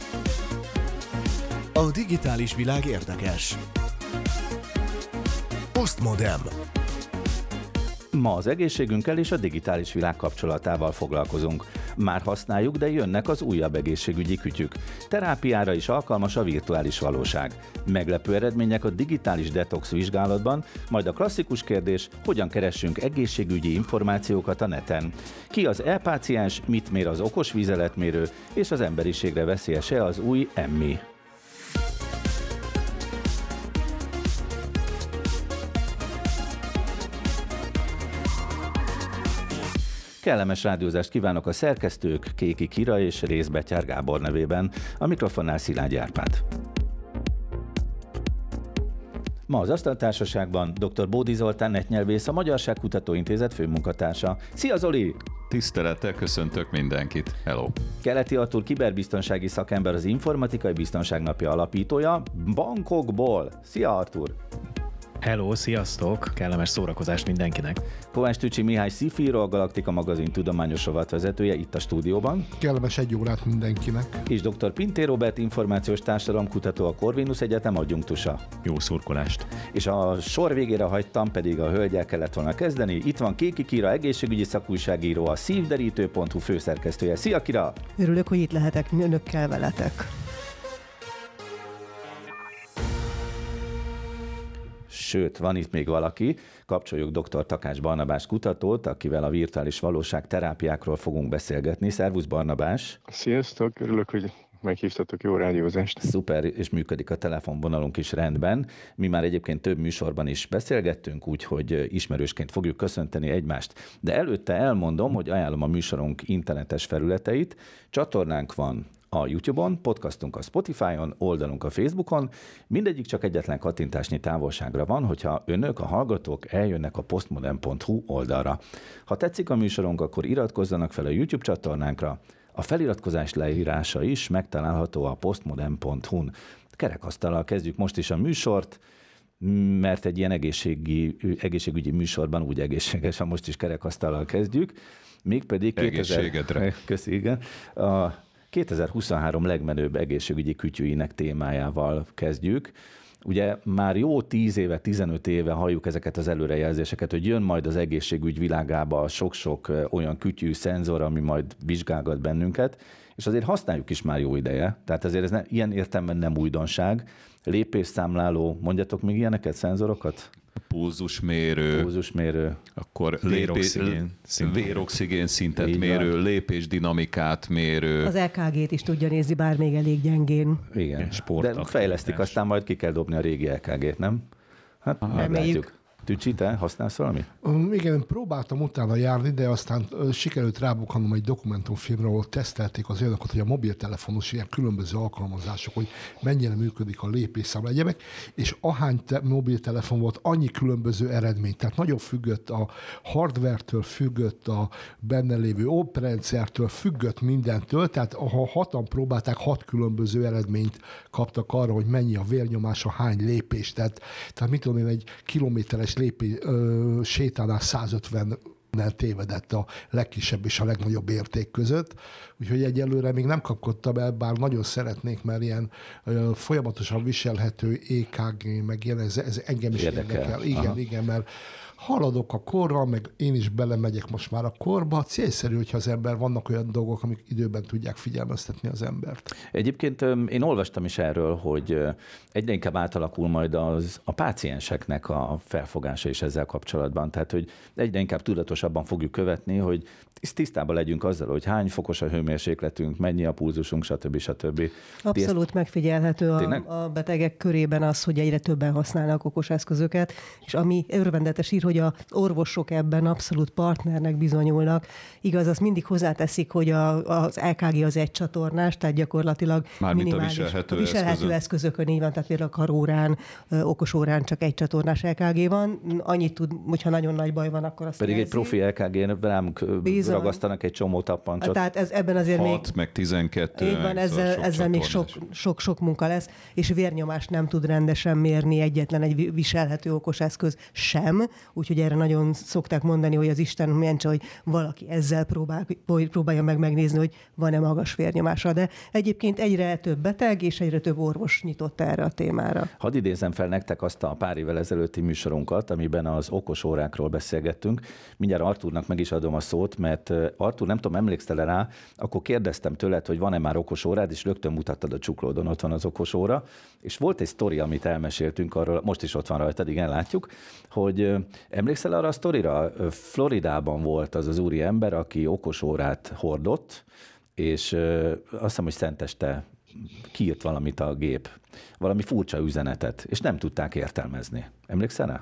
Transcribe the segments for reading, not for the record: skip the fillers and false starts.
A digitális világ érdekes. Postmodem. Ma az egészségünkkel és a digitális világ kapcsolatával foglalkozunk. Már használjuk, de jönnek az újabb egészségügyi kütyük. Terápiára is alkalmas a virtuális valóság. Meglepő eredmények a digitális detox vizsgálatban, majd a klasszikus kérdés, hogyan keressünk egészségügyi információkat a neten. Ki az e-páciens, mit mér az okos vizeletmérő, és az emberiségre veszélyes-e az új EMMI? Kellemes rádiózást kívánok a szerkesztők, Kéki Kira és Rész Betyár Gábor nevében, a mikrofonnál Szilágy Árpád. Ma az Asztaltársaságban dr. Bódi Zoltán netnyelvész, a Magyarságkutató Intézet főmunkatársa. Szia Zoli! Tisztelettel köszöntök mindenkit. Hello! Keleti Artúr kiberbiztonsági szakember, az Informatikai Biztonság Napja alapítója, Bangkokból. Szia Artúr! Hello, sziasztok! Kellemes szórakozást mindenkinek! Kovács Tücsi Mihály Szifíró, a Galaktika magazin tudományos rovatvezetője itt a stúdióban. Kellemes egy órát mindenkinek! És dr. Pintér Róbert, információs társadalomkutató, a Corvinus Egyetem adjunktusa. Jó szurkolást! És a sor végére hagytam, pedig a hölgyel kellett volna kezdeni. Itt van Kéki Kira, egészségügyi szakújságíró, a szívderítő.hu főszerkesztője. Szia Kira! Örülök, hogy itt lehetek önökkel veletek. Sőt, van itt még valaki, kapcsoljuk dr. Takács Barnabás kutatót, akivel a virtuális valóság terápiákról fogunk beszélgetni. Szervusz Barnabás! Sziasztok, örülök, hogy meghívtatok, jó rádiózást. Szuper, és működik a telefonvonalunk is rendben. Mi már egyébként több műsorban is beszélgettünk, úgyhogy ismerősként fogjuk köszönteni egymást. De előtte elmondom, hogy ajánlom a műsorunk internetes felületeit. Csatornánk van a YouTube-on, podcastunk a Spotify-on, oldalunk a Facebookon, mindegyik csak egyetlen kattintásnyi távolságra van, hogyha önök, a hallgatók eljönnek a postmodem.hu oldalra. Ha tetszik a műsorunk, akkor iratkozzanak fel a YouTube csatornánkra. A feliratkozás leírása is megtalálható a postmodem.hu-n. Kerekasztallal kezdjük most is a műsort, mert egy ilyen egészségügyi műsorban úgy egészségesen most is kerekasztallal kezdjük. Mégpedig egészségedre. Köszi, igen. A 2023 legmenőbb egészségügyi kütyűinek témájával kezdjük. Ugye már jó 10 éve, 15 éve halljuk ezeket az előrejelzéseket, hogy jön majd az egészségügy világába sok-sok olyan kütyű, szenzor, ami majd vizsgálgat bennünket, és azért használjuk is már jó ideje. Tehát azért ez ilyen értelemben nem újdonság. Lépésszámláló, mondjatok még ilyeneket, szenzorokat? Pulzusmérő, akkor véroxigén szintet mérő, lépésdinamikát mérő. Az EKG-t is tudja nézni, bár még elég gyengén. Igen, de fejlesztik, aztán majd ki kell dobni a régi EKG-t, nem? Hát meglátjuk. Tücsi, te használsz valamit? Igen, próbáltam utána járni, de aztán sikerült rábukkanom egy dokumentumfilmre, ahol tesztelték az olyanokat, hogy a mobiltelefonos ilyen különböző alkalmazások, hogy mennyire működik a lépésszámla egyebek, és ahány mobiltelefon volt, annyi különböző eredmény. Tehát nagyon függött a hardware-től, függött a benne lévő oprendszertől, függött mindentől, tehát ha 6-an próbálták, 6 különböző eredményt kaptak arra, hogy mennyi a vérnyomása, hány lépés. Tehát mit tudom én, egy kilométeres sétánál 150 tévedett a legkisebb és a legnagyobb érték között. Úgyhogy egyelőre még nem kapkodtam el, bár nagyon szeretnék, mert ilyen folyamatosan viselhető EKG, meg ilyen, ez engem is érdekel. Igen, mert haladok a korral, meg én is belemegyek most már a korba. Célszerű, hogyha az ember, vannak olyan dolgok, amik időben tudják figyelmeztetni az embert. Egyébként én olvastam is erről, hogy egyre inkább átalakul majd a pácienseknek a felfogása is ezzel kapcsolatban. Tehát, hogy egyre inkább tudatosabban fogjuk követni, hogy tisztában legyünk azzal, hogy hány fokos a hőmérsékletünk, mennyi a pulzusunk, stb. Abszolút megfigyelhető a betegek körében az, hogy egyre többen használnak okos eszközöket, és ami örvendetes ír, hogy az orvosok ebben abszolút partnernek bizonyulnak. Igaz, azt mindig hozzáteszik, hogy az EKG az egy csatornás, tehát gyakorlatilag minimális. A viselhető eszközökön így van, tehát például a karórán, okosórán csak egy csatornás EKG van. Annyit tud, hogyha nagyon nagy baj van, akkor azt pedig jelzi. egy profi EKG-n rám ragasztanak egy csomó tappancsot. Tehát ebben azért 6, meg 12. Így van, ezzel még sok munka lesz, és vérnyomást nem tud rendesen mérni egyetlen egy viselhető okos eszköz sem, úgyhogy erre nagyon szokták mondani, hogy az Isten mentse, hogy valaki ezzel próbálja meg megnézni, hogy van-e magas vérnyomása. De egyébként egyre több beteg és egyre több orvos nyitott erre a témára. Hadd idézem fel nektek azt a pár évvel ezelőtti műsorunkat, amiben az okos órákról beszélgettünk. Mindjárt Artúrnak meg is adom a szót, mert Artúr, nem tudom, emlékszel rá, akkor kérdeztem tőled, hogy van-e már okos órád, és rögtön mutattad a csuklódon, ott van az okos óra, és volt egy sztori, amit elmeséltünk arról, most is ott van rajtad, igen, látjuk, hogy emlékszel arra a sztorira? Floridában volt az úri ember, aki okos órát hordott, és azt hiszem, hogy szenteste kiírt valamit a gép, valami furcsa üzenetet, és nem tudták értelmezni. Emlékszel rá?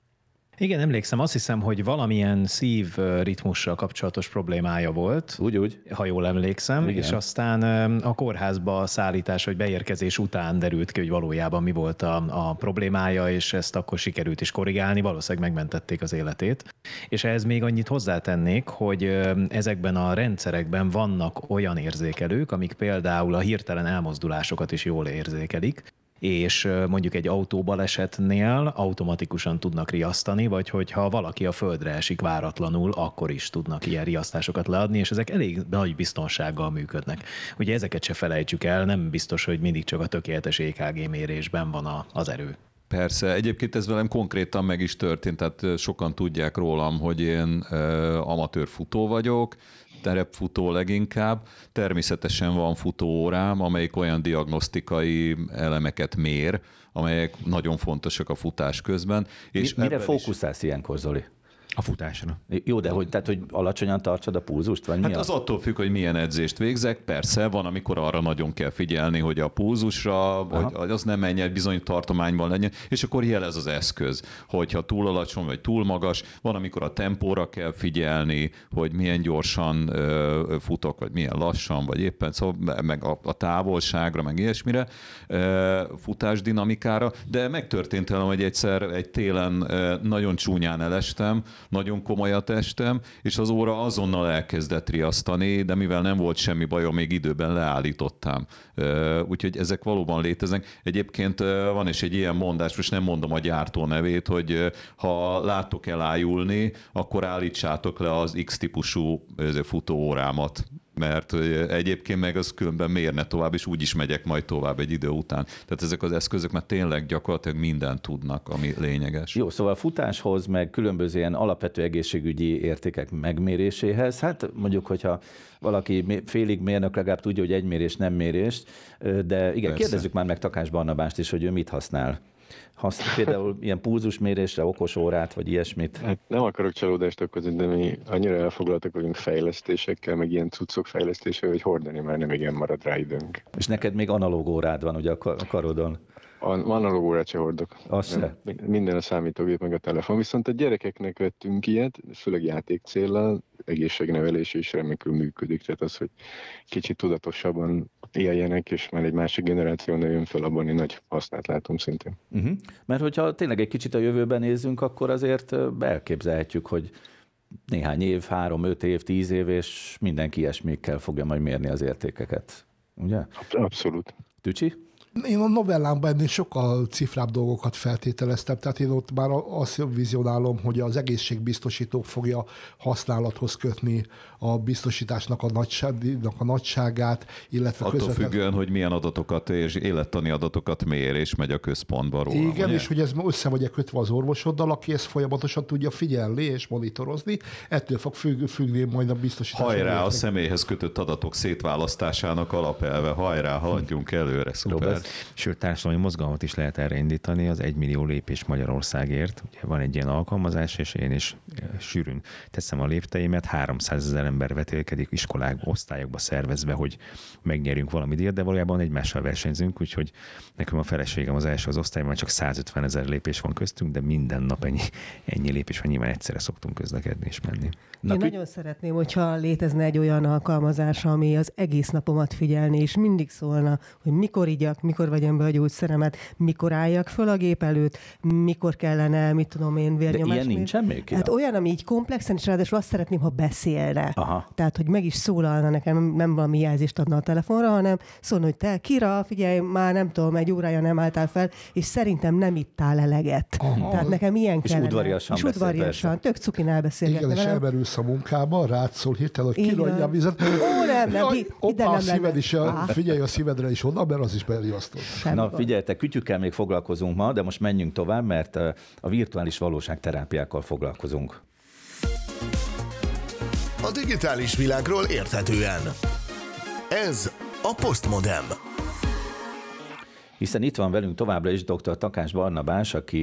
Igen, emlékszem, azt hiszem, hogy valamilyen szívritmussal kapcsolatos problémája volt. Úgy. Ha jól emlékszem, igen. És aztán a kórházba szállítás, vagy beérkezés után derült ki, hogy valójában mi volt a problémája, és ezt akkor sikerült is korrigálni, valószínűleg megmentették az életét. És ehhez még annyit hozzátennék, hogy ezekben a rendszerekben vannak olyan érzékelők, amik például a hirtelen elmozdulásokat is jól érzékelik, és mondjuk egy autóbalesetnél automatikusan tudnak riasztani, vagy hogyha valaki a földre esik váratlanul, akkor is tudnak ilyen riasztásokat leadni, és ezek elég nagy biztonsággal működnek. Ugye ezeket se felejtsük el, nem biztos, hogy mindig csak a tökéletes EKG mérésben van az erő. Persze, egyébként ez velem konkrétan meg is történt, tehát sokan tudják rólam, hogy én amatőr futó vagyok, terepfutó leginkább. Természetesen van futóórám, amelyik olyan diagnosztikai elemeket mér, amelyek nagyon fontosak a futás közben. És mire fókuszálsz ilyenkor, Zoli? A futásra. Jó, de hogy alacsonyan tartsad a pulzust? Vagy hát az attól függ, hogy milyen edzést végzek. Persze, van, amikor arra nagyon kell figyelni, hogy a pulzusra, hogy az nem menjen, bizony tartományban legyen, és akkor jelez az eszköz, hogyha túl alacsony vagy túl magas. Van, amikor a tempóra kell figyelni, hogy milyen gyorsan futok, vagy milyen lassan, vagy éppen, szóval meg a távolságra, meg ilyesmire, futásdinamikára. De megtörtént velem, hogy egyszer egy télen nagyon csúnyán elestem, nagyon komolyat estem, és az óra azonnal elkezdett riasztani, de mivel nem volt semmi bajom, még időben leállítottam. Úgyhogy ezek valóban léteznek. Egyébként van is egy ilyen mondás, most nem mondom a gyártó nevét, hogy ha láttok elájulni, akkor állítsátok le az X-típusú futóórámat, mert egyébként meg az különben mérne tovább, és úgy is megyek majd tovább egy idő után. Tehát ezek az eszközök már tényleg gyakorlatilag mindent tudnak, ami lényeges. Jó, szóval a futáshoz, meg különböző ilyen alapvető egészségügyi értékek megméréséhez, hát mondjuk, hogyha valaki félig mérnök, legalább tudja, hogy egy mérés nem mérés, de igen, persze. Kérdezzük már meg Takács Barnabást is, hogy ő mit használ. Például ilyen pulzusmérésre, okos órát, vagy ilyesmit? Hát nem akarok csalódást okozni, de mi annyira elfoglaltak vagyunk fejlesztésekkel, meg ilyen cuccok fejlesztésével, hogy hordani már nem igen marad rá időnk. És neked még analóg órád van ugye a karodon? Analóg órát se hordok. Minden a számítógép, meg a telefon. Viszont a gyerekeknek vettünk ilyet, főleg játékcéllal, egészségnevelés is remekül működik. Tehát az, hogy kicsit tudatosabban éljenek, és már egy másik generáció nőjön fel, abban én nagy hasznát látom szintén. Mert hogyha tényleg egy kicsit a jövőben nézzünk, akkor azért elképzelhetjük, hogy néhány év, 3-5 év, 10 év, és mindenki ilyesmikkel fogja majd mérni az értékeket. Ugye? Abszolút. Tücsi? Én a novellámban ennél sokkal cifrább dolgokat feltételeztem, tehát én ott már azt vizionálom, hogy az egészségbiztosító fogja használathoz kötni a biztosításnak a nagyságát, illetve attól függően, hogy milyen adatokat és élettani adatokat mér, és megy a központba róla. Igen, ugye? és hogy ez össze vagy kötve az orvosoddal, aki ezt folyamatosan tudja figyelni és monitorozni, ettől fog függni majd a biztosítás. Hajrá, a személyhez kötött adatok szétválasztásának alapelve, hajrá, haladjunk előre, szuper. Sőt, társadalmi mozgalmat is lehet erre indítani, az 1 millió lépés Magyarországért. Ugye van egy ilyen alkalmazás, és én is sűrűn teszem a lépteimet, 300 000 ember vetélkedik iskolákba, osztályokba szervezve, hogy megnyerjünk valami díjat, de valójában egymással versenyzünk, úgyhogy nekem a feleségem az első az osztályban, csak 150 000 lépés van köztünk, de minden nap ennyi lépés van, nyilván egyszerre szoktunk közlekedni és menni. Én nagyon szeretném, hogyha létezne egy olyan alkalmazás, ami az egész napomat figyelni, és mindig szólna, hogy mikor igyak, mikor vegyem be a gyógyszeremet, mikor álljak föl a gép előtt, mikor kellene, mit tudom én, vérnyomás. De ilyen nincsen még? Hát olyan, ami így komplexen, és ráadásul azt szeretném, ha beszélne. Aha. Tehát, hogy meg is szólalna nekem, nem valami jelzést adna a telefonra, hanem szólna, hogy te Kira, figyelj, már nem tudom, egy órája nem álltál fel, és szerintem nem ittál eleget. Aha. Tehát nekem ilyen kellene. És udvariasan. Tök cukinál beszélgetni. Igen, és elmerülsz a munkába, rád szól hirtelen, hogy kiradja a vizet. Ó, a szíved is, figyelj a szívedre is oda, mert az is beriasztod. Na figyeljetek, kütyükkel még foglalkozunk ma, de most menjünk tovább, mert a virtuális valóságterápiákkal foglalkozunk. A digitális világról érthetően. Ez a Postmodem. Hiszen itt van velünk továbbra is dr. Takács Barnabás, aki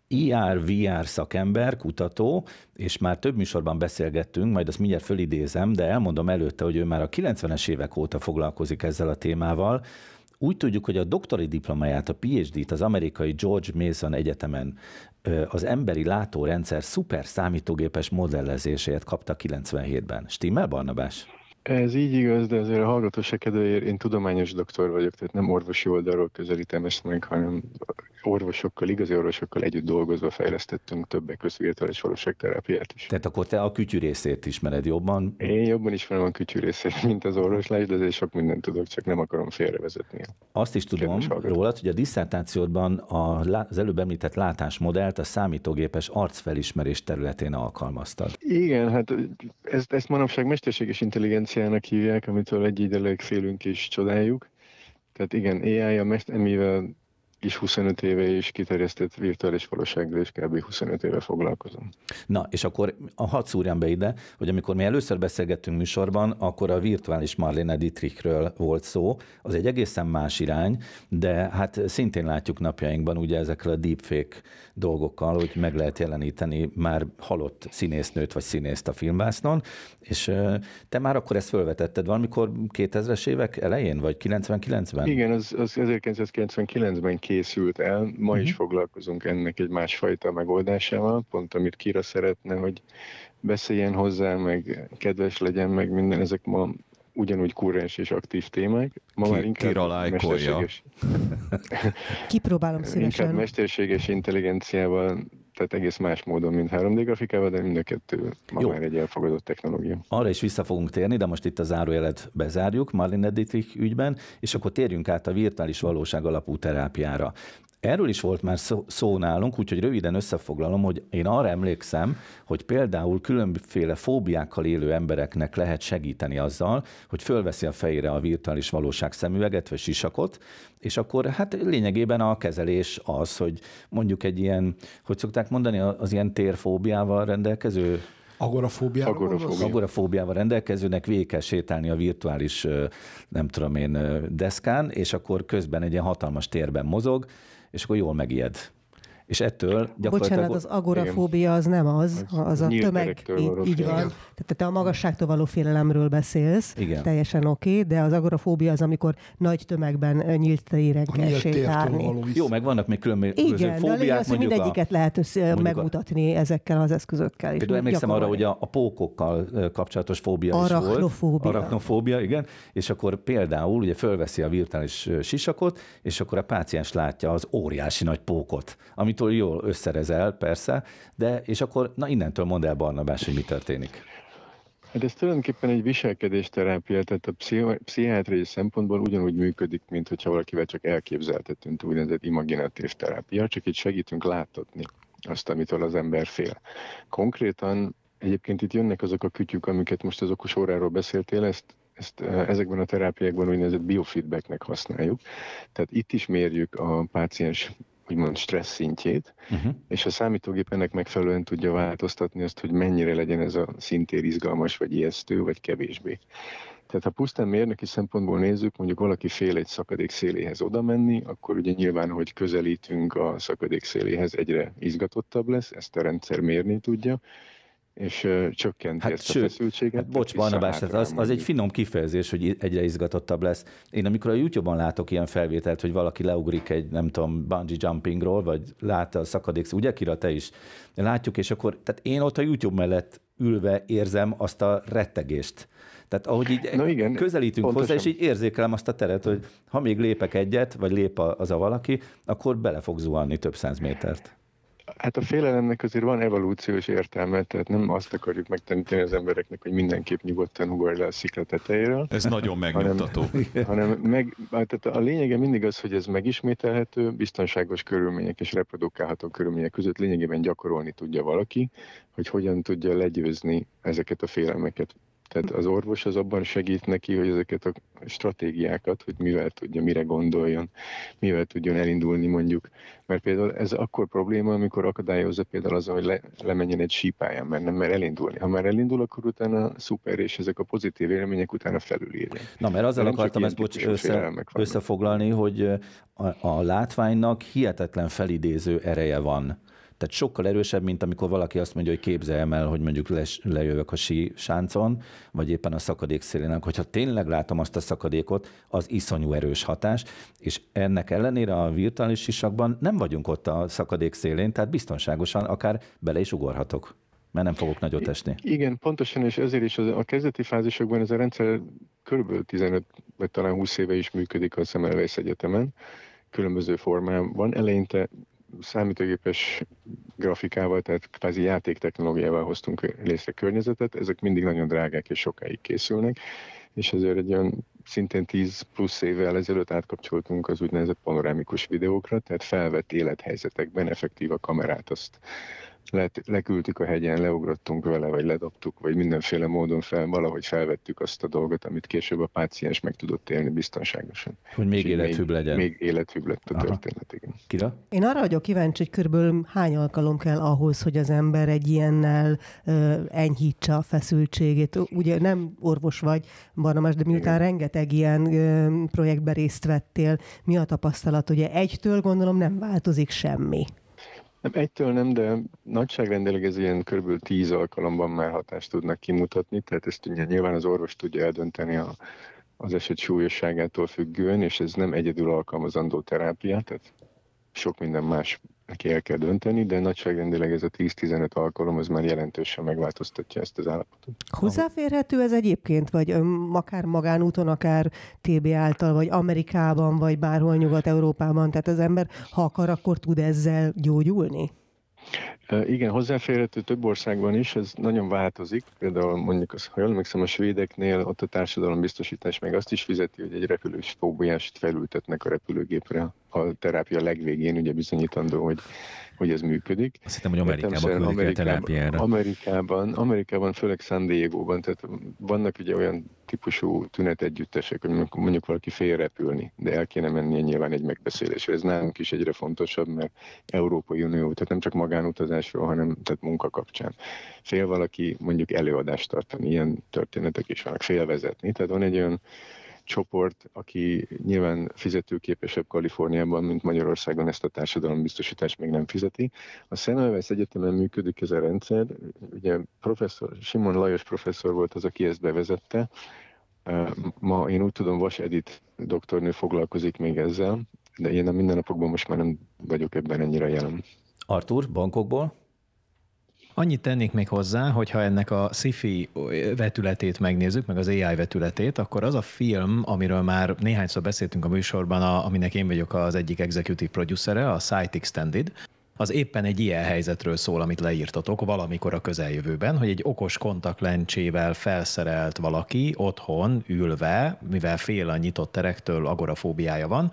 IR-VR szakember, kutató, és már több műsorban beszélgettünk, majd azt mindjárt fölidézem, de elmondom előtte, hogy ő már a 90-es évek óta foglalkozik ezzel a témával. Úgy tudjuk, hogy a doktori diplomáját, a PhD-t az amerikai George Mason Egyetemen az emberi látórendszer szuper számítógépes modellezéséért kapta 97-ben. Stimmel, Barnabás? Ez így igaz, de azért a hallgatóság kedvéért én tudományos doktor vagyok, tehát nem orvosi oldalról közelítem ezt meg, hanem orvosokkal, igazi orvosokkal együtt dolgozva fejlesztettünk többek között virtuális valóságterápiát is. Tehát akkor te a kütyű részét ismered jobban? Én jobban ismerem a kütyű részét, mint az orvoslás, de azért sok mindent tudok, csak nem akarom félrevezetni. Azt is tudom rólad, hogy a disszertációdban az előbb említett látásmodellt a számítógépes arcfelismerés területén alkalmaztad. Igen, hát ezt manapság mesterséges intelligenciának hívják, amitől egyidejűleg félünk és csodáljuk. Tehát igen, AI, amivel is 25 éve is kiterjesztett virtuális valósággal, és kb. 25 éve foglalkozom. Na, és akkor hadd szúrjam be ide, hogy amikor mi először beszélgettünk műsorban, akkor a virtuális Marlene Dietrichről volt szó. Az egy egészen más irány, de hát szintén látjuk napjainkban ugye ezekkel a deepfake dolgokkal, hogy meg lehet jeleníteni már halott színésznőt vagy színészt a filmvásznon, és te már akkor ezt felvetetted valamikor 2000-es évek elején, vagy 99-ben? Igen, az 1999-ben készült el, ma is foglalkozunk ennek egy másfajta megoldásával, pont amit Kira szeretne, hogy beszéljen hozzá, meg kedves legyen, meg minden, ezek ma ugyanúgy kurrens és aktív témák. Ma már inkább mesterséges... Kipróbálom szívesen. Inkább mesterséges intelligenciával, tehát egész más módon, mint 3D grafikával, de mind a kettő már egy elfogadott technológia. Arra is vissza fogunk térni, de most itt a zárójelet bezárjuk Marlene Dietrich ügyben, és akkor térjünk át a virtuális valóság alapú terápiára. Erről is volt már szó nálunk, úgyhogy röviden összefoglalom, hogy én arra emlékszem, hogy például különféle fóbiákkal élő embereknek lehet segíteni azzal, hogy fölveszi a fejére a virtuális valóság szemüveget vagy sisakot, és akkor hát lényegében a kezelés az, hogy mondjuk egy ilyen, hogy szokták mondani, az ilyen térfóbiával rendelkező agorafóbiával rendelkezőnek végig kell sétálni a virtuális, nem tudom én, deszkán, és akkor közben egy ilyen hatalmas térben mozog, és akkor jól megijed. És ettől gyakorlatilag... Bocsánat, az agorafóbia az nem az a tömeg, így van. Tehát te a magasságtól való félelemről beszélsz, igen. Teljesen oké, de az agorafóbia az, amikor nagy tömegben nyílt téren kell sétálni. Jó, meg vannak még különböző fóbiák. Igen, az, hogy mindegyiket lehet megmutatni ezekkel az eszközökkel. Például emlékszem arra, hogy a pókokkal kapcsolatos fóbia is volt. Arachnofóbia, igen. És akkor például ugye fölveszi a virtuális sisakot, és akkor a páciens látja az óriási nagy pókot, amitől jól összerezel, persze, de és akkor innentől mondd el, Barnabás, hogy mi történik. Hát ez tulajdonképpen egy viselkedésterápia, tehát a pszichiátriai szempontból ugyanúgy működik, mint hogyha valakivel csak elképzeltetünk, úgynevezett imaginatív terápia, csak itt segítünk láttatni azt, amitől az ember fél. Konkrétan egyébként itt jönnek azok a kütyük, amiket most az okos óráról beszéltél, ezt ezekben a terápiákban úgynevezett biofeedbacknek használjuk. Tehát itt is mérjük a páciens úgymond stressz szintjét, és a számítógép ennek megfelelően tudja változtatni azt, hogy mennyire legyen ez a szintér izgalmas, vagy ijesztő, vagy kevésbé. Tehát ha pusztán mérnöki szempontból nézzük, mondjuk valaki fél egy szakadék széléhez oda menni, akkor ugye nyilván, hogy közelítünk a szakadék széléhez, egyre izgatottabb lesz, ezt a rendszer mérni tudja, és csökkenti ezt a feszültséget. Hát bocs, Barnabás, az egy finom kifejezés, hogy egyre izgatottabb lesz. Én amikor a YouTube-on látok ilyen felvételt, hogy valaki leugrik egy, nem tudom, bungee jumpingról, vagy lát a szakadék, ugye Kira, te is látjuk, és akkor, tehát én ott a YouTube mellett ülve érzem azt a rettegést. Tehát ahogy így igen, közelítünk pontosan hozzá, és így érzékelem azt a teret, hogy ha még lépek egyet, vagy lép az a valaki, akkor bele fog zuhanni több 100 métert. Hát a félelemnek azért van evolúciós értelme, tehát nem azt akarjuk megtanítani az embereknek, hogy mindenképp nyugodtan ugorj le a szikla tetejéről. Ez nagyon megnyugtató. Tehát a lényege mindig az, hogy ez megismételhető, biztonságos körülmények és reprodukálható körülmények között lényegében gyakorolni tudja valaki, hogy hogyan tudja legyőzni ezeket a félelmeket. Tehát az orvos az abban segít neki, hogy ezeket a stratégiákat, hogy mivel tudja, mire gondoljon, mivel tudjon elindulni mondjuk. Mert például ez akkor probléma, amikor akadályozza például azon, hogy lemenjen egy sípályán, mert nem mer elindulni. Ha már elindul, akkor utána szuper, és ezek a pozitív élmények utána felülírják. Na, mert azzal akartam ezt összefoglalni, hogy a látványnak hihetetlen felidéző ereje van. Tehát sokkal erősebb, mint amikor valaki azt mondja, hogy képzeljem el, hogy mondjuk lejövök a sísáncon, vagy éppen a szakadék szélének. Hogyha tényleg látom azt a szakadékot, az iszonyú erős hatás, és ennek ellenére a virtuális sisakban nem vagyunk ott a szakadék szélén, tehát biztonságosan akár bele is ugorhatok, mert nem fogok nagyot esni. Igen, pontosan, és ezért is a kezdeti fázisokban ez a rendszer kb. 15 vagy talán 20 éve is működik a Semmelweis Egyetemen, különböző formában. Eleinte számítógépes grafikával, tehát kvázi játéktechnológiával hoztunk létre környezetet, ezek mindig nagyon drágák és sokáig készülnek, és ezért egy olyan szintén 10 plusz évvel ezelőtt átkapcsoltunk az úgynevezett panorámikus videókra, tehát felvett élethelyzetekben effektív a kamerát, azt leküldtük a hegyen, leugrottunk vele, vagy ledobtuk, vagy mindenféle módon valahogy felvettük azt a dolgot, amit később a páciens meg tudott élni biztonságosan. Hogy még élethűbb legyen. Még élethűbb lett a történet, igen. Kira? Én arra vagyok kíváncsi, hogy körülbelül hány alkalom kell ahhoz, hogy az ember egy ilyennel enyhítse a feszültségét. Ugye nem orvos vagy, Barnabás, de miután rengeteg ilyen projektben részt vettél, mi a tapasztalat? Ugye egytől gondolom nem változik semmi. Nem, egytől nem, de nagyságrendileg ez ilyen kb. 10 alkalomban már hatást tudnak kimutatni, tehát ezt nyilván az orvos tudja eldönteni az eset súlyosságától függően, és ez nem egyedül alkalmazandó terápia, tehát sok minden más neki el kell dönteni, de nagyságrendileg ez a 10-15 alkalom, az már jelentősen megváltoztatja ezt az állapotot. Hozzáférhető ez egyébként, vagy akár magánúton, akár TB által, vagy Amerikában, vagy bárhol Nyugat-Európában, tehát az ember, ha akar, akkor tud ezzel gyógyulni? Igen, hozzáférhető több országban is, ez nagyon változik. Például mondjuk, ha jól emlékszem, a svédeknél ott a társadalombiztosítás meg azt is fizeti, hogy egy repülős fóbiást felültetnek a repülőgépre. A terápia legvégén ugye bizonyítandó, hogy ez működik. Azt hittem, hogy Amerikában küldik a terápiára. Amerikában, főleg San Diegóban, tehát vannak ugye olyan típusú tünetegyüttesek, hogy mondjuk valaki fél repülni, de el kéne mennie nyilván egy megbeszélésre. Ez nálunk is egyre fontosabb, mert Európai Unió, tehát nem csak magánutazásról, hanem tehát munka kapcsán. Fél valaki mondjuk előadást tartani, ilyen történetek is vannak, fél vezetni. Tehát van egy olyan csoport, aki nyilván fizetőképesebb Kaliforniában, mint Magyarországon, ezt a társadalombiztosítást még nem fizeti. A Semmelweis Egyetemen működik ez a rendszer. Ugye Simon Lajos professzor volt az, aki ezt bevezette. Ma én úgy tudom, Vas Edith doktornő foglalkozik még ezzel, de én a mindennapokban most már nem vagyok ebben ennyire jelen. Artur, bankokból? Annyit tennék még hozzá, hogyha ennek a sci-fi vetületét megnézzük, meg az AI vetületét, akkor az a film, amiről már néhányszor beszéltünk a műsorban, aminek én vagyok az egyik executive producere, a Sight Extended, az éppen egy ilyen helyzetről szól, amit leírtatok valamikor a közeljövőben, hogy egy okos kontaktlencsével felszerelt valaki otthon ülve, mivel fél a nyitott terektől, agorafóbiája van,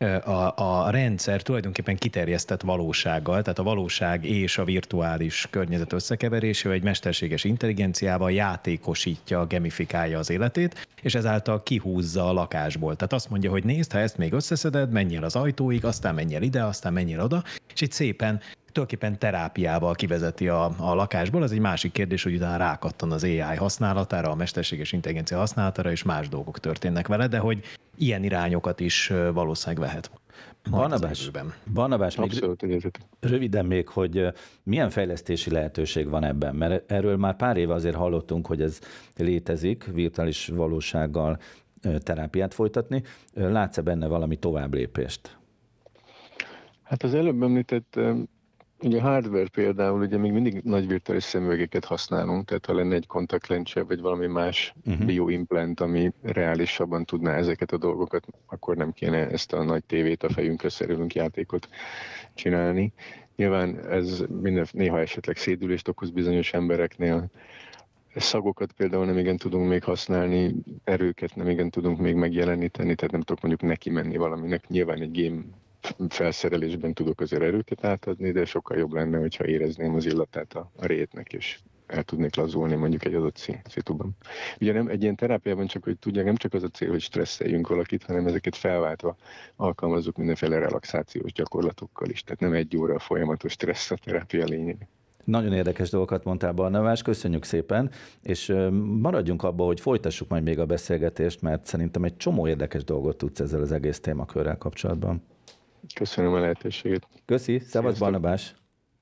a rendszer tulajdonképpen kiterjesztett valósággal, tehát a valóság és a virtuális környezet összekeverésével egy mesterséges intelligenciával játékosítja, gamifikálja az életét, és ezáltal kihúzza a lakásból. Tehát azt mondja, hogy nézd, ha ezt még összeszeded, menjél az ajtóig, aztán menjél ide, aztán menjél oda, és itt szépen tulajdonképpen terápiával kivezeti a lakásból. Az egy másik kérdés, hogy utána rákattan az AI használatára, a mesterséges intelligencia használatára, és más dolgok történnek vele, de hogy ilyen irányokat is valószínűleg vehet. Barnabás, még röviden még, hogy milyen fejlesztési lehetőség van ebben, mert erről már pár éve azért hallottunk, hogy ez létezik, virtuális valósággal terápiát folytatni. Látsz-e benne valami továbblépést? Hát az előbb említett Ugye a hardware például, ugye még mindig nagy virtuális szemüvegeket használunk, tehát ha lenne egy kontaktlencse, vagy valami más bioimplant, ami reálisabban tudná ezeket a dolgokat, akkor nem kéne ezt a nagy tévét a fejünkre szerülünk játékot csinálni. Nyilván ez néha esetleg szédülést okoz bizonyos embereknél, szagokat például nem igen tudunk még használni, erőket nem igen tudunk még megjeleníteni, tehát nem tudok mondjuk neki menni valaminek. Nyilván egy game felszerelésben tudok azért erőket átadni, de sokkal jobb lenne, hogyha érezném az illatát a rétnek, és el tudnék lazulni mondjuk egy adott szituban. Ugye nem egy ilyen terápiában csak, hogy tudják, nem csak az a cél, hogy stresszeljünk valakit, hanem ezeket felváltva alkalmazzuk mindenféle relaxációs gyakorlatokkal is. Tehát nem egy óra folyamatos stressz a terápia lényeg. Nagyon érdekes dolgokat mondtál, Barnabás, köszönjük szépen, és maradjunk abba, hogy folytassuk majd még a beszélgetést, mert szerintem egy csomó érdekes dolgot tudsz ezzel az egész témakörrel kapcsolatban. Köszönöm a lehetőséget. Köszi, szevasz Barnabás!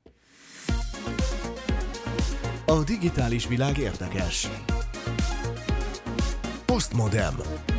A digitális világ érdekes. Postmodem.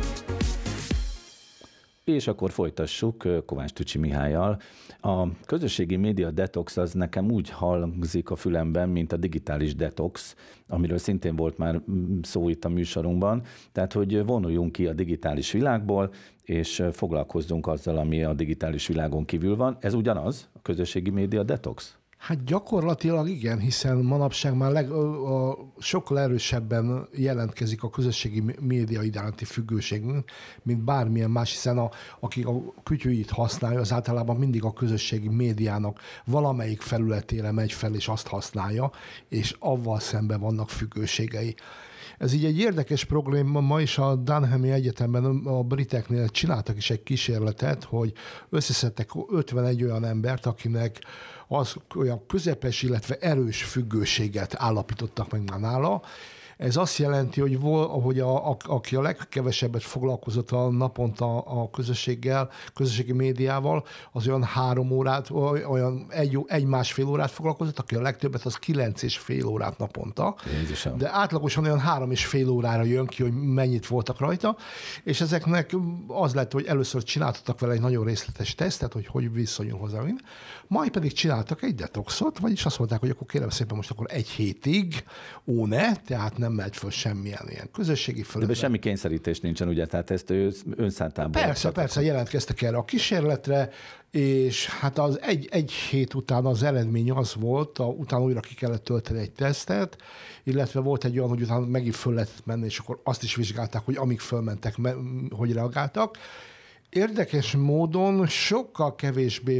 És akkor folytassuk Kovács Tücsi Mihállyal. A közösségi média detox az nekem úgy hangzik a fülemben, mint a digitális detox, amiről szintén volt már szó itt a műsorunkban. Tehát, hogy vonuljunk ki a digitális világból, és foglalkozzunk azzal, ami a digitális világon kívül van. Ez ugyanaz, a közösségi média detox? Hát gyakorlatilag igen, hiszen manapság már sokkal erősebben jelentkezik a közösségi média iránti függőségünk, mint bármilyen más, hiszen aki a kütyűit használja, az általában mindig a közösségi médiának valamelyik felületére megy fel, és azt használja, és avval szemben vannak függőségei. Ez így egy érdekes probléma. Ma is a Dunhami Egyetemben a briteknél csináltak is egy kísérletet, hogy összeszedtek 51 olyan embert, akinek az olyan közepes, illetve erős függőséget állapítottak meg már nála. Ez azt jelenti, hogy aki a legkevesebbet foglalkozott a naponta a közösségi médiával, az olyan 3 órát, olyan 1-1,5 órát foglalkozott, aki a legtöbbet, az 9,5 órát naponta. Jézusom. De átlagosan olyan 3,5 órára jön ki, hogy mennyit voltak rajta, és ezeknek az lett, hogy először csináltattak vele egy nagyon részletes tesztet, hogy viszonyul hozzá. Majd pedig csináltak egy detoxot, vagyis azt mondták, hogy akkor kérem szépen most akkor 1 hétig tehát nem megy föl semmilyen ilyen közösségi felületre. De semmi kényszerítés nincsen, ugye? Tehát ezt ő önszántából. Persze, jelentkeztek erre a kísérletre, és hát az egy hét után az eredmény az volt, utána újra ki kellett tölteni egy tesztet, illetve volt egy olyan, hogy utána megint föl lehetett menni, és akkor azt is vizsgálták, hogy amíg fölmentek, hogy reagáltak. Érdekes módon sokkal kevésbé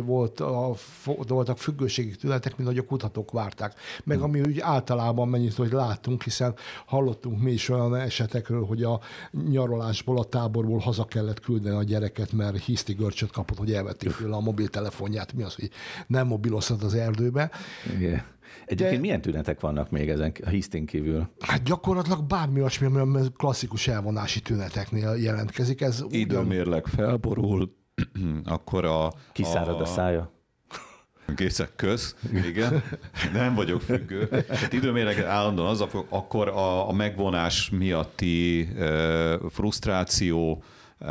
voltak függőségi tünetek, mint hogy a kutatók várták. Meg ami úgy általában mennyit, hogy láttunk, hiszen hallottunk mi is olyan esetekről, hogy a nyaralásból, a táborból haza kellett küldeni a gyereket, mert hiszti görcsöt kapott, hogy elvették tőle a mobiltelefonját. Mi az, hogy nem mobilozhat az erdőbe. Igen. Egyébként milyen tünetek vannak még ezen a hisztin kívül? Hát gyakorlatilag bármi olyasmi, ami klasszikus elvonási tüneteknél jelentkezik. Ez időmérleg felborul, akkor kiszárad a szája. Készek köz, igen, nem vagyok függő. Tehát időmérleg állandóan az, akkor a megvonás miatti frusztráció,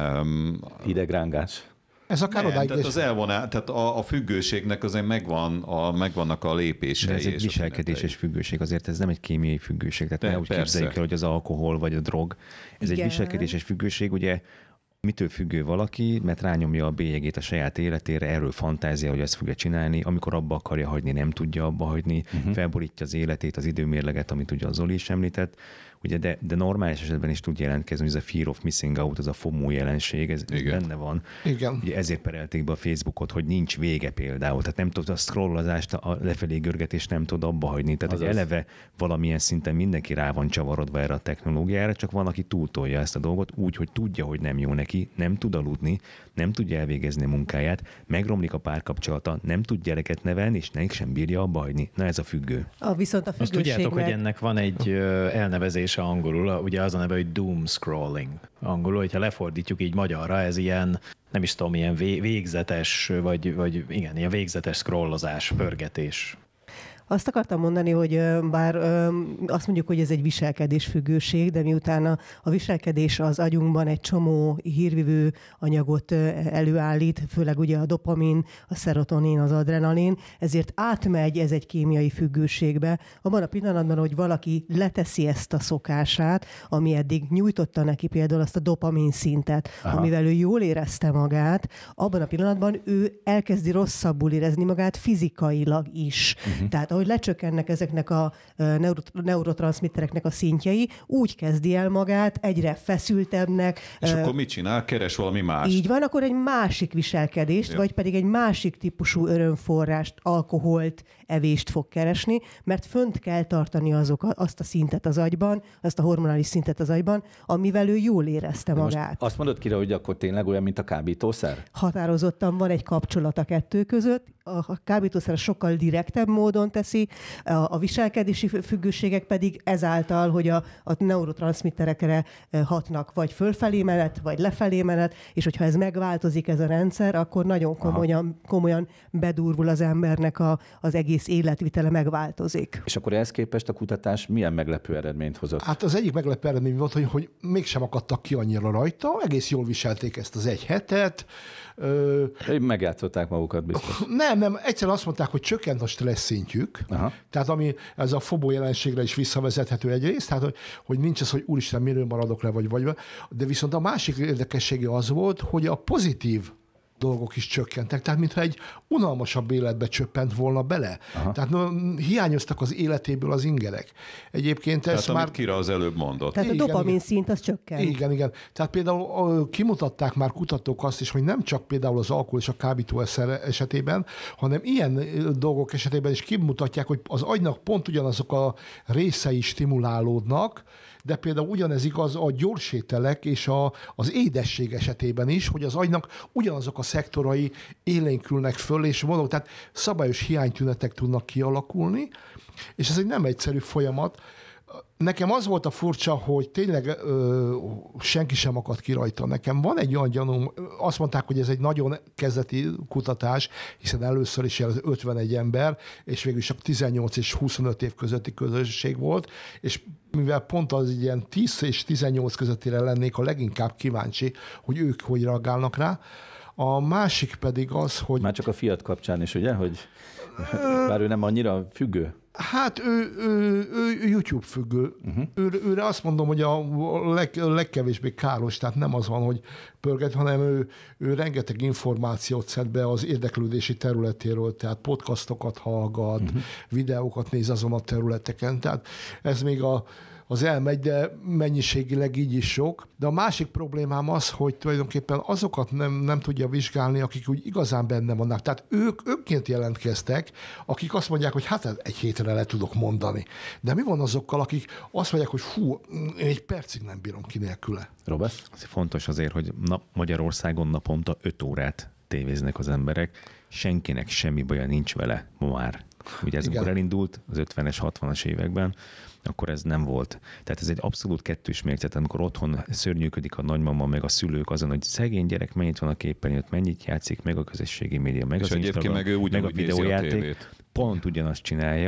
idegrángás. Ez akár nem, tehát az elvonás, tehát a függőségnek azért megvannak a lépései. De ez egy viselkedéses függőség, azért ez nem egy kémiai függőség, tehát ne úgy képzeljük el, hogy az alkohol vagy a drog. Ez egy viselkedéses függőség, ugye mitől függő valaki, mert rányomja a bélyegét a saját életére, erről fantázia, hogy ezt fogja csinálni, amikor abba akarja hagyni, nem tudja abba hagyni, felborítja az életét, az időmérleget, amit ugye az Zoli is említett, ugye, de normális esetben is tud jelentkezni, hogy ez a fear of missing out, az a FOMO jelenség, ez benne van. Igen. Ugye ezért perelték be a Facebookot, hogy nincs vége például, tehát nem tudod a scrollozást, a lefelé görgetést nem tud abba hagyni, tehát hogy eleve valamilyen szinten mindenki rá van csavarodva erre a technológiára, csak van, aki túltolja ezt a dolgot úgy, hogy tudja, hogy nem jó neki, nem tud aludni, nem tudja elvégezni a munkáját, megromlik a párkapcsolata, nem tud gyereket nevelni, és nekik sem bírja abba hagyni. Na ez a függő. Viszont a azt tudjátok, hogy ennek van egy elnevezése angolul, ugye az a neve, hogy doom scrolling angolul, hogyha lefordítjuk így magyarra, ez ilyen, nem is tudom, ilyen végzetes, vagy igen, ilyen végzetes scrollozás, pörgetés. Azt akartam mondani, hogy bár azt mondjuk, hogy ez egy viselkedésfüggőség, de miután a viselkedés az agyunkban egy csomó hírvivő anyagot előállít, főleg ugye a dopamin, a szerotonin, az adrenalin, ezért átmegy ez egy kémiai függőségbe. Abban a pillanatban, hogy valaki leteszi ezt a szokását, ami eddig nyújtotta neki például azt a dopamin szintet, amivel ő jól érezte magát, abban a pillanatban ő elkezdi rosszabbul érezni magát fizikailag is. Tehát ahogy lecsökkennek ezeknek a neurotranszmittereknek a szintjei, úgy kezdi el magát egyre feszültebbnek. És akkor mit csinál? Keres valami mást. Így van, akkor egy másik viselkedést, vagy pedig egy másik típusú örömforrást, alkoholt, evést fog keresni, mert fönt kell tartani azt a szintet az agyban, azt a hormonális szintet az agyban, amivel ő jól érezte magát. Most azt mondod, Kira, hogy akkor tényleg olyan, mint a kábítószer? Határozottan van egy kapcsolat a kettő között. A kábítószer sokkal direktebb módon teszi, a viselkedési függőségek pedig ezáltal, hogy a neurotranszmitterekre hatnak, vagy fölfelé menet, vagy lefelé menet, és hogyha ez megváltozik ez a rendszer, akkor nagyon komolyan bedurvul az embernek az egész életvitele megváltozik. És akkor ehhez képest a kutatás milyen meglepő eredményt hozott? Hát az egyik meglepő eredmény volt, hogy mégsem akadtak ki annyira rajta, egész jól viselték ezt az egy hetet. Megjátszották magukat biztos. Nem, egyszerűen azt mondták, hogy csökkent a stressz szintjük, tehát ami ez a FOBO jelenségre is visszavezethető egyrészt, tehát hogy nincs ez, hogy úristen, miről maradok le, vagy, de viszont a másik érdekessége az volt, hogy a pozitív dolgok is csökkentek, tehát mintha egy unalmasabb életbe csöppent volna bele. Tehát hiányoztak az életéből az ingerek. Egyébként ez tehát amit Kira az előbb mondott. Tehát a dopamin szint az csökkent. Igen. Tehát például kimutatták már kutatók azt is, hogy nem csak például az alkohol és a kábítószer esetében, hanem ilyen dolgok esetében is kimutatják, hogy az agynak pont ugyanazok a részei stimulálódnak, de például ugyanez igaz a gyorsételek és az édesség esetében is, hogy az agynak ugyanazok a szektorai élénkülnek föl, és mondok, tehát szabályos hiánytünetek tudnak kialakulni, és ez egy nem egyszerű folyamat. Nekem az volt a furcsa, hogy tényleg senki sem akadt ki rajta. Nekem van egy olyan gyanúm, azt mondták, hogy ez egy nagyon kezdeti kutatás, hiszen először is az 51 ember, és végül csak 18 és 25 év közötti közösség volt, és mivel pont az ilyen 10 és 18 közöttire lennék a leginkább kíváncsi, hogy ők hogy reagálnak rá. A másik pedig az, hogy... Már csak a Fiat kapcsán is, ugye? Hogy bár ő nem annyira függő. Hát ő YouTube függő. Őre azt mondom, hogy a legkevésbé káros, tehát nem az van, hogy pörget, hanem ő rengeteg információt szed be az érdeklődési területéről, tehát podcastokat hallgat, videókat néz azon a területeken, tehát ez még az elmegy, de mennyiségileg így is sok. De a másik problémám az, hogy tulajdonképpen azokat nem tudja vizsgálni, akik úgy igazán benne vannak. Tehát ők önként jelentkeztek, akik azt mondják, hogy hát egy hétre le tudok mondani. De mi van azokkal, akik azt mondják, hogy fú, egy percig nem bírom ki nélküle. Robert? Azért fontos azért, hogy Magyarországon naponta 5 órát tévéznek az emberek. Senkinek semmi baja nincs vele ma már. Ugye ez amikor elindult az 50-es, 60-as években, akkor ez nem volt. Tehát ez egy abszolút kettős mércet, amikor otthon szörnyűködik a nagymama, meg a szülők azon, hogy szegény gyerek mennyit van a képernyőt, mennyit játszik, meg a közösségi média, meg az Instagram, meg a videójáték. Pont ugyanazt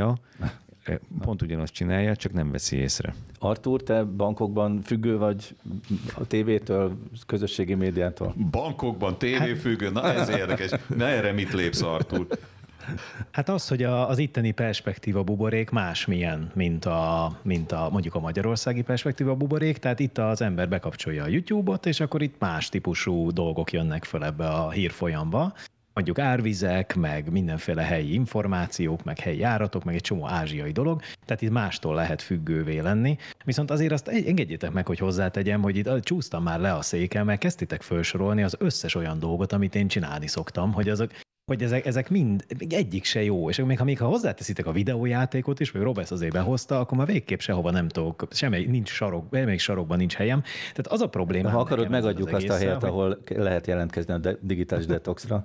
csinálja, csak nem veszi észre. Artúr, te bankokban függő vagy a tévétől, közösségi médiától? Bankokban tévéfüggő? Na ez érdekes. Na erre mit lépsz, Artúr? Hát az, hogy az itteni perspektíva buborék másmilyen, mint a mondjuk a magyarországi perspektíva buborék, tehát itt az ember bekapcsolja a YouTube-ot, és akkor itt más típusú dolgok jönnek föl ebbe a hírfolyamba. Mondjuk árvizek, meg mindenféle helyi információk, meg helyi járatok, meg egy csomó ázsiai dolog, tehát itt mástól lehet függővé lenni. Viszont azért azt engedjétek meg, hogy hozzátegyem, hogy itt csúsztam már le a széken, mert kezdtétek felsorolni az összes olyan dolgot, amit én csinálni szoktam, hogy ezek mind, egyik se jó, és még ha hozzáteszitek a videójátékot is, vagy Robesz azért behozta, akkor már végképp sehova nem tudok, nincs sarokban nincs helyem. Tehát az a probléma. Ha akarod, megadjuk azt a helyet, ahol lehet jelentkezni a digitális detoxra.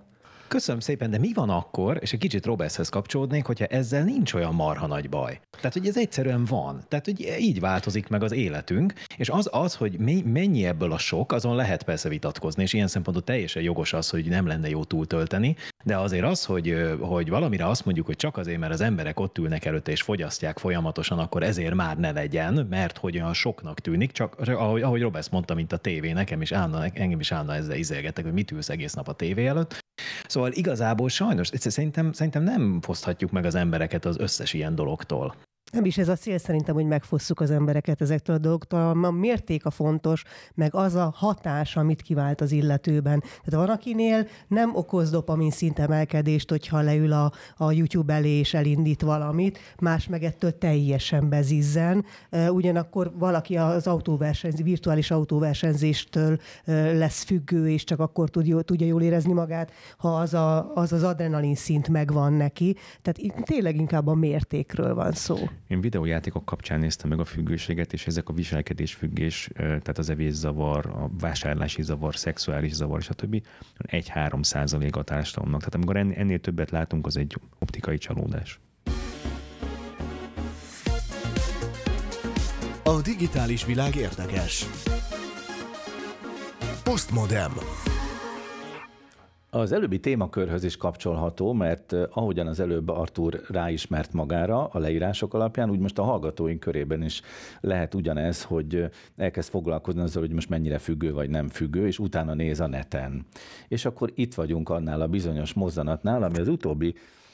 Köszönöm szépen, de mi van akkor, és egy kicsit Robertshez kapcsolódnék, hogyha ezzel nincs olyan marha nagy baj. Tehát, hogy ez egyszerűen van. Tehát, hogy így változik meg az életünk, és az hogy mennyi ebből a sok, azon lehet persze vitatkozni, és ilyen szempontból teljesen jogos az, hogy nem lenne jó túltölteni, de azért az, hogy valamire azt mondjuk, hogy csak azért, mert az emberek ott ülnek előtte és fogyasztják folyamatosan, akkor ezért már ne legyen, mert hogy olyan soknak tűnik, csak ahogy Roberts mondta, mint a tévé, engem is állna ezzel izélgettek, hogy mit ülsz egész nap a tévé előtt. Szóval igazából sajnos szerintem nem foszthatjuk meg az embereket az összes ilyen dologtól. Nem is ez a cél szerintem, hogy megfosszuk az embereket ezektől a dolgoktól. A mérték a fontos, meg az a hatás, amit kivált az illetőben. Tehát van, akinél nem okoz dopamin szintemelkedést, hogyha leül a YouTube elé és elindít valamit, más meg ettől teljesen bezizzen. Ugyanakkor valaki az virtuális autóversenyzéstől lesz függő, és csak akkor tudja jól érezni magát, ha az adrenalin szint megvan neki. Tehát tényleg inkább a mértékről van szó. Én videójátékok kapcsán néztem meg a függőséget, és ezek a viselkedésfüggés, tehát az evészavar, a vásárlási zavar, szexuális zavar, stb. 1-3% a társadalomnak. Tehát amikor ennél többet látunk, az egy optikai csalódás. A digitális világ érdekes. Postmodem. Az előbbi témakörhöz is kapcsolható, mert ahogyan az előbb Artúr ráismert magára a leírások alapján, úgy most a hallgatóink körében is lehet ugyanez, hogy elkezd foglalkozni azzal, hogy most mennyire függő vagy nem függő, és utána néz a neten. És akkor itt vagyunk annál a bizonyos mozzanatnál, ami az utóbbi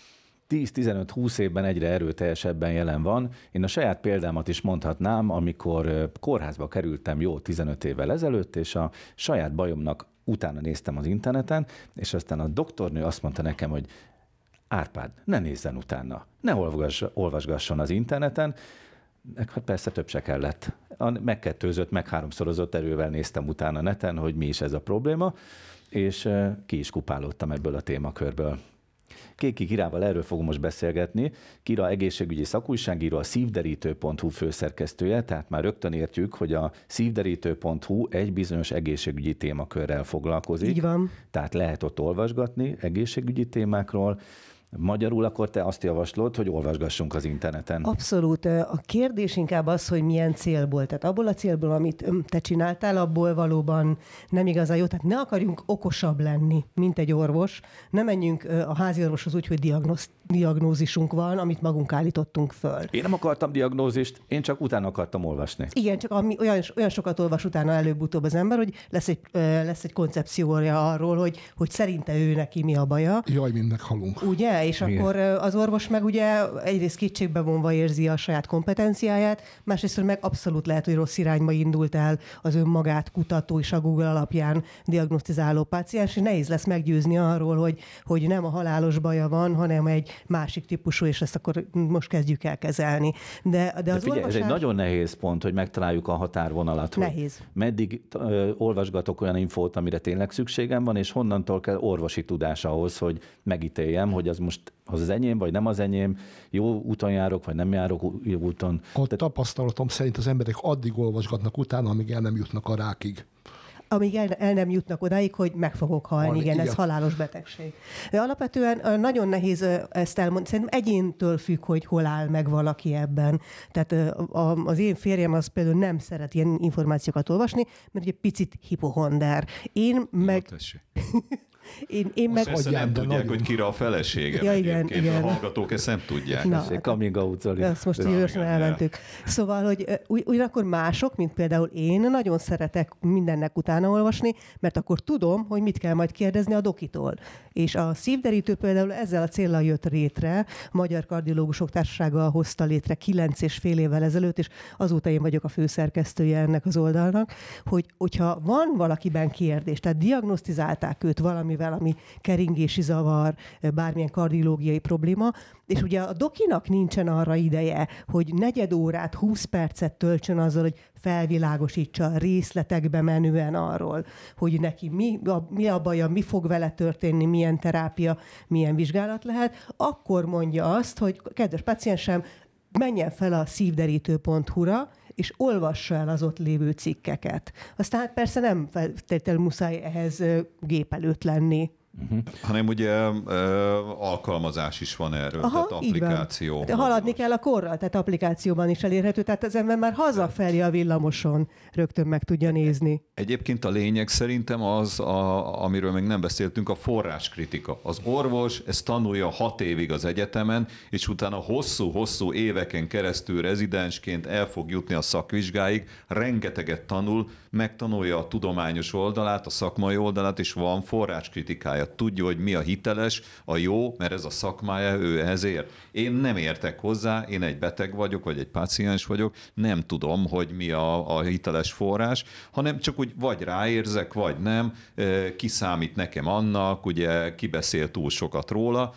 10-15-20 évben egyre erőteljesebben jelen van. Én a saját példámat is mondhatnám, amikor kórházba kerültem jó 15 évvel ezelőtt, és a saját bajomnak utána néztem az interneten, és aztán a doktornő azt mondta nekem, hogy Árpád, ne nézzen utána, ne olvasgasson az interneten. Hát persze több se kellett. Megkettőzött, megháromszorozott erővel néztem utána neten, hogy mi is ez a probléma, és ki is kupálódtam ebből a témakörből. Kéki Kirával erről fogom most beszélgetni. Kira egészségügyi szakújságíró, a szívderítő.hu főszerkesztője, tehát már rögtön értjük, hogy a szívderítő.hu egy bizonyos egészségügyi témakörrel foglalkozik. Így van. Tehát lehet ott olvasgatni egészségügyi témákról. Magyarul akkor te azt javaslod, hogy olvasgassunk az interneten. Abszolút. A kérdés inkább az, hogy milyen célból. Tehát abból a célból, amit te csináltál, abból valóban nem igazán jó. Tehát ne akarjunk okosabb lenni, mint egy orvos. Ne menjünk a háziorvoshoz úgy, hogy diagnózisunk van, amit magunk állítottunk föl. Én nem akartam diagnózist, én csak utána akartam olvasni. Igen, csak olyan sokat olvas utána előbb-utóbb az ember, hogy lesz egy koncepciója arról, hogy szerinte ő neki mi a baja. Jaj, mind meghalunk. Ugye? És igen. Akkor az orvos meg ugye egyrészt kétségbe vonva érzi a saját kompetenciáját, másrészt meg abszolút lehet, hogy rossz irányba indult el az önmagát kutató és a Google alapján diagnosztizáló páciens, és nehéz lesz meggyőzni arról, hogy nem a halálos baja van, hanem egy másik típusú, és ezt akkor most kezdjük el kezelni. De az figyelj, orvosás... ez egy nagyon nehéz pont, hogy megtaláljuk a határvonalat, nehéz. Hogy meddig olvasgatok olyan infót, amire tényleg szükségem van, és honnantól kell orvosi tudás ahhoz, hogy megítéljem, hogy az most az enyém, vagy nem az enyém, jó úton járok, vagy nem járok jó úton. Tapasztalatom szerint az emberek addig olvasgatnak utána, amíg el nem jutnak a rákig. Amíg el nem jutnak odáig, hogy meg fogok halni. Igen, ez halálos betegség. De alapvetően nagyon nehéz ezt elmondani. Szerintem egyéntől függ, hogy hol áll meg valaki ebben. Tehát az én férjem az például nem szeret ilyen információkat olvasni, mert egy picit hipohonder. Én meg... Én meg... Persze nem tudják, hogy Kira a felesége. Ja, igen. A hallgatók ezt nem tudják. Na, coming out, Zoli. Ezt most gyorsan elmentük. Szóval, hogy ugyanakkor mások, mint például én, nagyon szeretek mindennek utána olvasni, mert akkor tudom, hogy mit kell majd kérdezni a dokitól. És a Szívderítő például ezzel a céllal jött létre, a Magyar Kardiológusok Társasága hozta létre 9,5 évvel ezelőtt, és azóta én vagyok a főszerkesztője ennek az oldalnak, hogyha van valakiben kérdés, tehát diagnosztizálták őt valamivel, ami keringési zavar, bármilyen kardiológiai probléma, és ugye a dokinak nincsen arra ideje, hogy negyed órát, 20 percet töltsön azzal, hogy felvilágosítsa részletekbe menően arról, hogy neki mi a baja, mi fog vele történni, milyen terápia, milyen vizsgálat lehet, akkor mondja azt, hogy kedves páciensem, menjen fel a szívderítő.hu-ra, és olvassa el az ott lévő cikkeket. Aztán persze nem feltétlenül muszáj ehhez gép előtt lenni. hanem ugye alkalmazás is van erről, tehát applikáció. Haladni kell a korral, tehát applikációban is elérhető, tehát az ember már hazafelé a villamoson rögtön meg tudja nézni. Egyébként a lényeg szerintem az, amiről még nem beszéltünk, a forráskritika. Az orvos ezt tanulja 6 évig az egyetemen, és utána hosszú-hosszú éveken keresztül rezidensként el fog jutni a szakvizsgáig, rengeteget tanul, megtanulja a tudományos oldalát, a szakmai oldalát, és van forráskritikája. Tudja, hogy mi a hiteles, a jó, mert ez a szakmája, ő ehhez ért. Én nem értek hozzá, én egy beteg vagyok, vagy egy páciens vagyok, nem tudom, hogy mi a hiteles forrás, hanem csak úgy vagy ráérzek, vagy nem, ki számít nekem annak, ugye ki beszél túl sokat róla,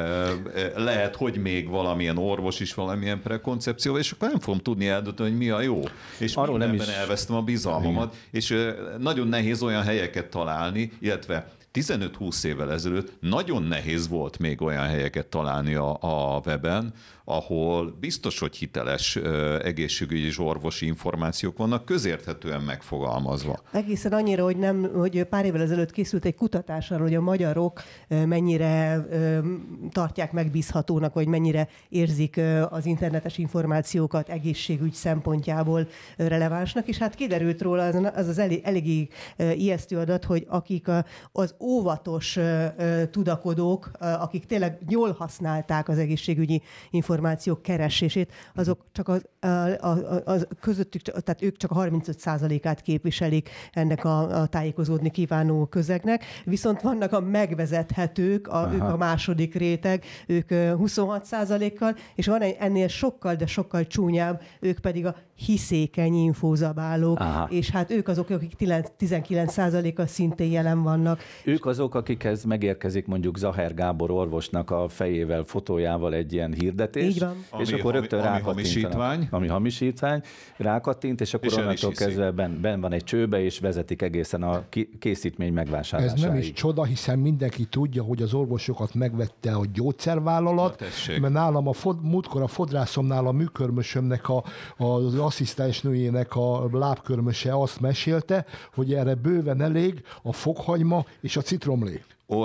lehet, hogy még valamilyen orvos is valamilyen prekoncepció, és akkor nem fogom tudni eldönteni, hogy mi a jó. És arról nem is elvesztem a bizalmamat, és nagyon nehéz olyan helyeket találni, illetve 15-20 évvel ezelőtt nagyon nehéz volt még olyan helyeket találni a weben, ahol biztos, hogy hiteles egészségügyi és orvosi információk vannak, közérthetően megfogalmazva. Egészen annyira, hogy pár évvel ezelőtt készült egy kutatás arról, hogy a magyarok mennyire tartják megbízhatónak, vagy mennyire érzik az internetes információkat egészségügy szempontjából relevánsnak, és hát kiderült róla az eléggé ijesztő adat, hogy akik az óvatos tudakodók, akik tényleg jól használták az egészségügyi információk keresését, azok csak az közöttük, tehát ők csak a 35%-át képviselik ennek a tájékozódni kívánó közegnek, viszont vannak a megvezethetők, ők a második réteg, ők 26%-kal, és van ennél sokkal, de sokkal csúnyább, ők pedig a hiszékeny infózabálók, és hát ők azok, akik 19%-kal szintén jelen vannak. Ők azok, akikhez megérkezik mondjuk Zaher Gábor orvosnak a fejével, fotójával egy ilyen hirdetés, így van. És akkor rögtön rákattintanak. Ami hamisítvány, rákattint, és akkor onnantól kezdve benn van egy csőbe, és vezetik egészen a készítmény megvásárlásáig. Ez nem is csoda, hiszen mindenki tudja, hogy az orvosokat megvette a gyógyszervállalat, mert nálam múltkor a fodrászomnál a műkörmösömnek az asszisztensnőjének a lábkörmöse azt mesélte, hogy erre bőven elég a fokhagyma és a citromlé.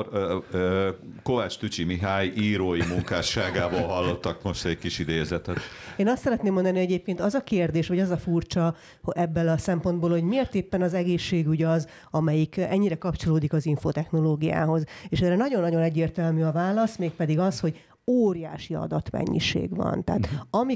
Kovács Tücsi Mihály írói munkásságából hallottak most egy kis idézetet. Én azt szeretném mondani, hogy egyébként az a kérdés, vagy az a furcsa ebből a szempontból, hogy miért éppen az egészségügy az, amelyik ennyire kapcsolódik az infotechnológiához. És erre nagyon-nagyon egyértelmű a válasz, mégpedig az, hogy óriási adatmennyiség van. Tehát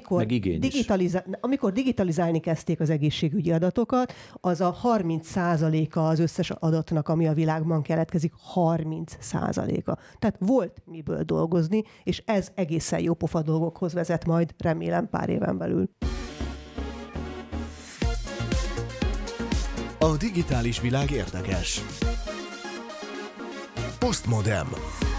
amikor digitalizálni kezdték az egészségügyi adatokat, az a 30%-a az összes adatnak, ami a világban keletkezik, 30%-a. Tehát volt miből dolgozni, és ez egészen jó pofa dolgokhoz vezet majd, remélem pár éven belül. A digitális világ érdekes. Postmodem.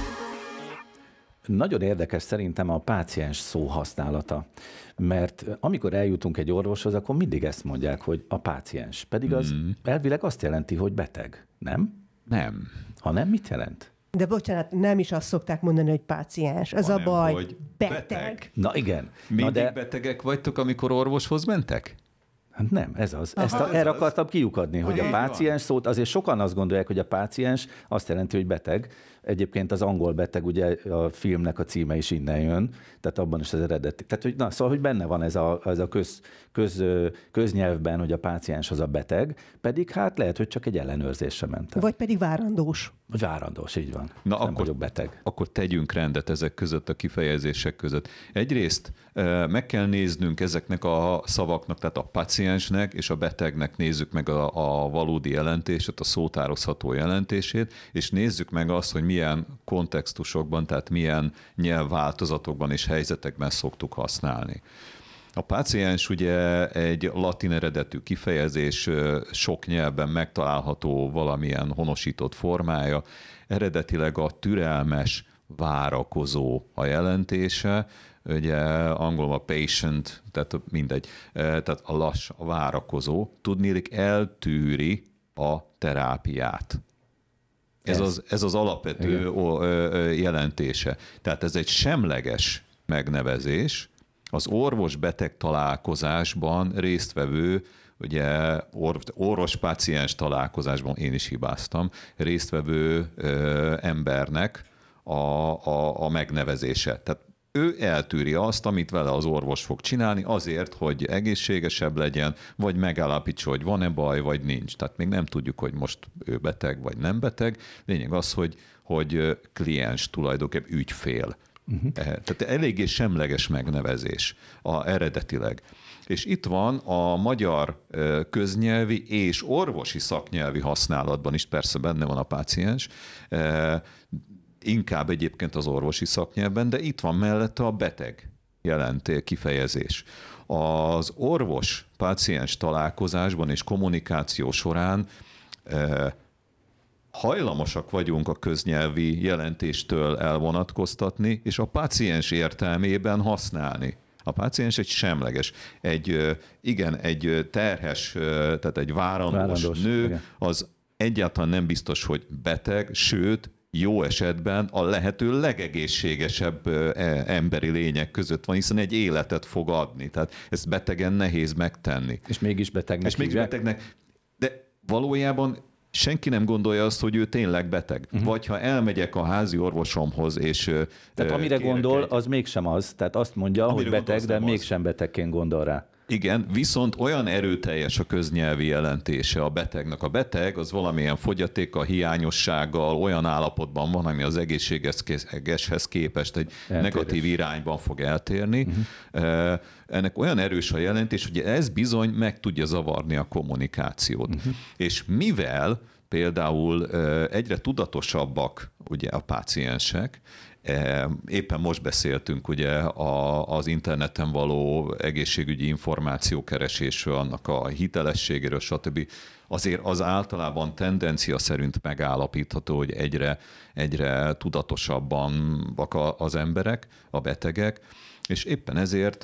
Nagyon érdekes szerintem a páciens szó használata, mert amikor eljutunk egy orvoshoz, akkor mindig ezt mondják, hogy a páciens. Pedig az elvileg azt jelenti, hogy beteg, nem? Nem. Ha nem, mit jelent? De bocsánat, nem is azt szokták mondani, hogy páciens. Ez a baj, hogy beteg. Na igen. Mindig betegek vagytok, amikor orvoshoz mentek? Hát nem, ez az. Erre akartam kiukadni, hogy a páciens szót, azért sokan azt gondolják, hogy a páciens azt jelenti, hogy beteg. Egyébként az angol beteg, ugye a filmnek a címe is innen jön, tehát abban is az eredeti. Tehát, hogy, szóval, hogy benne van ez a köznyelvben, hogy a páciens az a beteg, pedig hát lehet, hogy csak egy ellenőrzésre mentem. Vagy pedig várandós. Várandós, így van. Na nem vagyok beteg. Akkor tegyünk rendet ezek között, a kifejezések között. Egyrészt meg kell néznünk ezeknek a szavaknak, tehát a páciensnek és a betegnek nézzük meg a valódi jelentését, a szótározható jelentését, és nézzük meg azt, hogy milyen kontextusokban, tehát milyen nyelvváltozatokban és helyzetekben szoktuk használni. A páciens ugye egy latin eredetű kifejezés, sok nyelvben megtalálható valamilyen honosított formája, eredetileg a türelmes, várakozó a jelentése, ugye angolul a patient, tehát mindegy, tehát a várakozó, tudniillik eltűri a terápiát. Ez az alapvető jelentése. Tehát ez egy semleges megnevezés, az orvos-beteg találkozásban résztvevő ugye orvos-páciens találkozásban én is hibáztam, résztvevő embernek a megnevezése. Tehát ő eltűri azt, amit vele az orvos fog csinálni azért, hogy egészségesebb legyen, vagy megállapítsa, hogy van-e baj, vagy nincs. Tehát még nem tudjuk, hogy most ő beteg, vagy nem beteg. Lényeg az, hogy kliens tulajdonképpen ügyfél. Tehát eléggé semleges megnevezés eredetileg. És itt van a magyar köznyelvi és orvosi szaknyelvi használatban is, persze benne van a páciens, inkább egyébként az orvosi szaknyelvben, de itt van mellette a beteg kifejezés. Az orvos-páciens találkozásban és kommunikáció során hajlamosak vagyunk a köznyelvi jelentéstől elvonatkoztatni, és a páciens értelmében használni. A páciens egy semleges, egy terhes, tehát egy várandós nő, igen. Az egyáltalán nem biztos, hogy beteg, sőt, jó esetben a lehető legegészségesebb emberi lények között van, hiszen egy életet fog adni. Tehát ezt betegen nehéz megtenni. És mégis betegnek. De valójában senki nem gondolja azt, hogy ő tényleg beteg. Vagy ha elmegyek a házi orvosomhoz, és... Tehát amire gondol, az mégsem az. Tehát azt mondja, hogy beteg, de mégsem betegként gondol rá. Igen, viszont olyan erőteljes a köznyelvi jelentése a betegnek. A beteg az valamilyen fogyatékkal, hiányossággal, olyan állapotban van, ami az egészségeshez képest egy negatív irányban fog eltérni. Ennek olyan erős a jelentés, hogy ez bizony meg tudja zavarni a kommunikációt. És mivel például egyre tudatosabbak ugye a páciensek, éppen most beszéltünk ugye az interneten való egészségügyi információkeresésről, annak a hitelességéről, stb. Azért az általában tendencia szerint megállapítható, hogy egyre tudatosabban az emberek, a betegek, és éppen ezért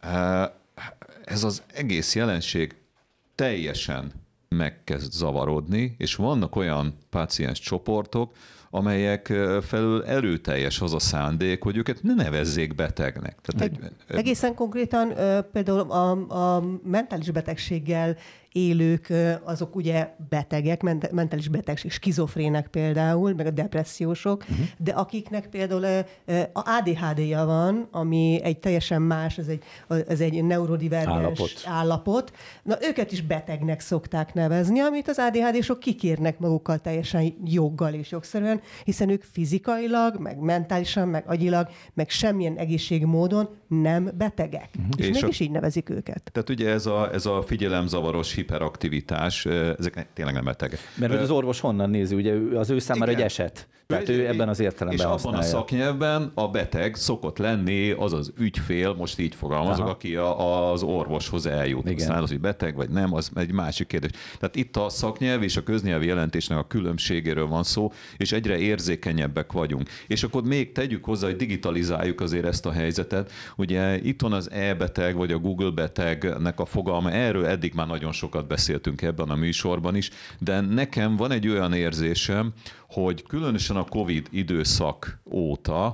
ez az egész jelenség teljesen megkezd zavarodni, és vannak olyan páciens csoportok, amelyek felül erőteljes az a szándék, hogy őket ne nevezzék betegnek. Tehát egészen konkrétan például a mentális betegséggel élők, azok ugye betegek, mentális betegség, skizofrének például, meg a depressziósok, de akiknek például a ADHD-ja van, ami egy teljesen más, ez egy neurodivergens állapot. Na, őket is betegnek szokták nevezni, amit az ADHD-sok kikérnek magukkal teljesen joggal és jogszerűen, hiszen ők fizikailag, meg mentálisan, meg agyilag, meg semmilyen egészségmódon nem betegek. És mégis így nevezik őket. Tehát ugye ez a figyelemzavaros hiperaktivitás, ezek tényleg nem betegek. Mert az orvos honnan nézi, ugye az ő számára egy eset. Tehát ő ebben az értelemben használja. És abban a szaknyelvben a beteg szokott lenni az az ügyfél, most így fogalmazok, aki az orvoshoz eljut. Igen. Aztán az, hogy beteg vagy nem, az egy másik kérdés. Tehát itt a szaknyelv és a köznyelvi jelentésnek a különbségéről van szó, és egyre érzékenyebbek vagyunk. És akkor még tegyük hozzá, hogy digitalizáljuk azért ezt a helyzetet. Ugye itt van az e-beteg, vagy a Google betegnek a fogalma, erről eddig már nagyon sokat beszéltünk ebben a műsorban is, de nekem van egy olyan érzésem, hogy különösen a Covid időszak óta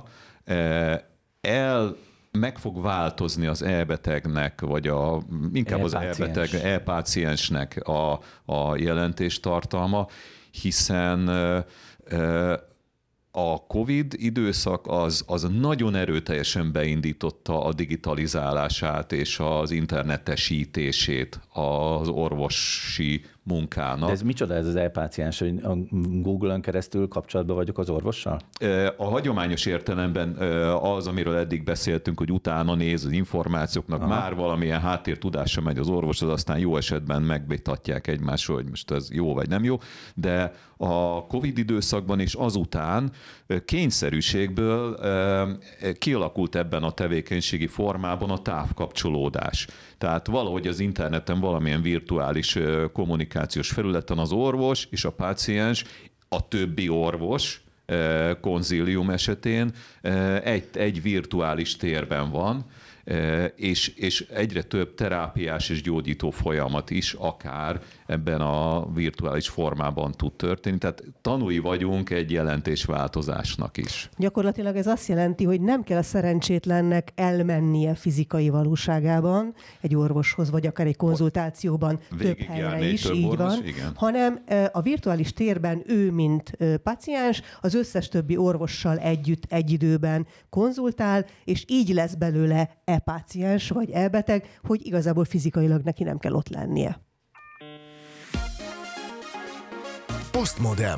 meg fog változni az e-betegnek, vagy inkább az e-beteg, e-páciensnek a jelentéstartalma, hiszen a Covid időszak az nagyon erőteljesen beindította a digitalizálását és az internetesítését az orvosi munkának. De ez micsoda ez az e-páciens, hogy a Google-ön keresztül kapcsolatban vagyok az orvossal? A hagyományos értelemben az, amiről eddig beszéltünk, hogy utána néz az információknak, már valamilyen háttértudása megy az orvoshoz, aztán jó esetben megvitatják egymásról, hogy most ez jó vagy nem jó, de a Covid időszakban és azután kényszerűségből kialakult ebben a tevékenységi formában a távkapcsolódás. Tehát valahogy az interneten valamilyen virtuális kommunikációs felületen az orvos és a páciens, a többi orvos konzílium esetén egy virtuális térben van, és egyre több terápiás és gyógyító folyamat is akár ebben a virtuális formában tud történni. Tehát tanúi vagyunk egy jelentésváltozásnak is. Gyakorlatilag ez azt jelenti, hogy nem kell a szerencsétlennek elmennie fizikai valóságában egy orvoshoz, vagy akár egy konzultációban több helyre is, így orvos, van, igen. Hanem a virtuális térben ő, mint paciens, az összes többi orvossal együtt egy időben konzultál, és így lesz belőle e-páciens vagy e-beteg, hogy igazából fizikailag neki nem kell ott lennie. Postmodern.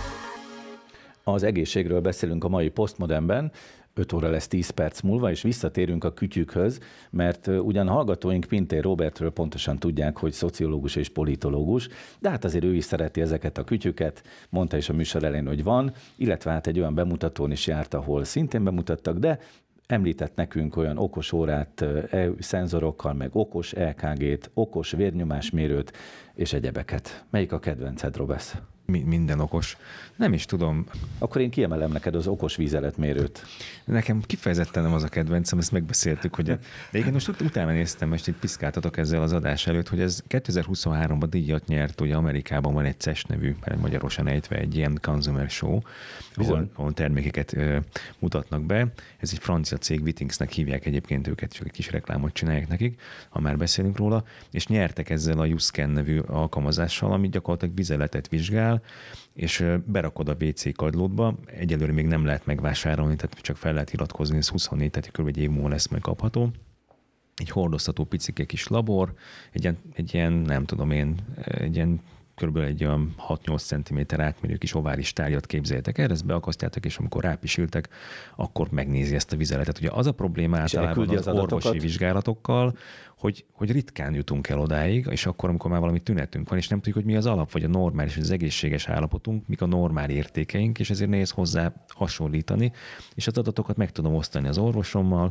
Az egészségről beszélünk a mai Postmodernben. 5 óra lesz 10 perc múlva, és visszatérünk a kütyükhöz, mert ugyan hallgatóink Pintér Robertről pontosan tudják, hogy szociológus és politológus, de hát azért ő is szereti ezeket a kütyüket, mondta is a műsor elején, hogy van, illetve hát egy olyan bemutatón is járt, ahol szintén bemutattak, de említett nekünk olyan okos órát szenzorokkal, meg okos EKG-t, okos vérnyomásmérőt és egyebeket. Melyik a kedvenced, Robesz? Minden okos. Nem is tudom. Akkor én kiemelem neked az okos vízeletmérőt. Nekem kifejezetten nem az a kedvencem, ezt megbeszéltük, hogy... De igen, most utána néztem, most itt piszkáltatok ezzel az adás előtt, hogy ez 2023-ban díjat nyert, ugye Amerikában van egy CES nevű, magyarosan ejtve egy ilyen consumer show, ahol termékeket mutatnak be. Ez egy francia cég, Wittingsnek hívják egyébként őket, csak egy kis reklámot csinálják nekik, ha már beszélünk róla, és nyertek ezzel a YouScan nevű alkalmazással, ami gyakorlatilag vizeletet vizsgál, és berakod a WC kagylódba, egyelőre még nem lehet megvásárolni, tehát csak fel lehet iratkozni, ez 24, tehát kb. Egy év múlva lesz megkapható. Egy hordozható picike kis labor, egy ilyen nem tudom én, egy ilyen körülbelül egy olyan 6-8 cm átmérő kis ovális tárgyat képzeljétek el, ezt beakasztjátok, és amikor rápisültek, akkor megnézi ezt a vizeletet. Ugye az a probléma általában az orvosi vizsgálatokkal, hogy ritkán jutunk el odáig, és akkor, amikor már valami tünetünk van, és nem tudjuk, hogy mi az alap, vagy a normális, vagy az egészséges állapotunk, mik a normál értékeink, és ezért nehéz hozzá hasonlítani, és az adatokat meg tudom osztani az orvosommal,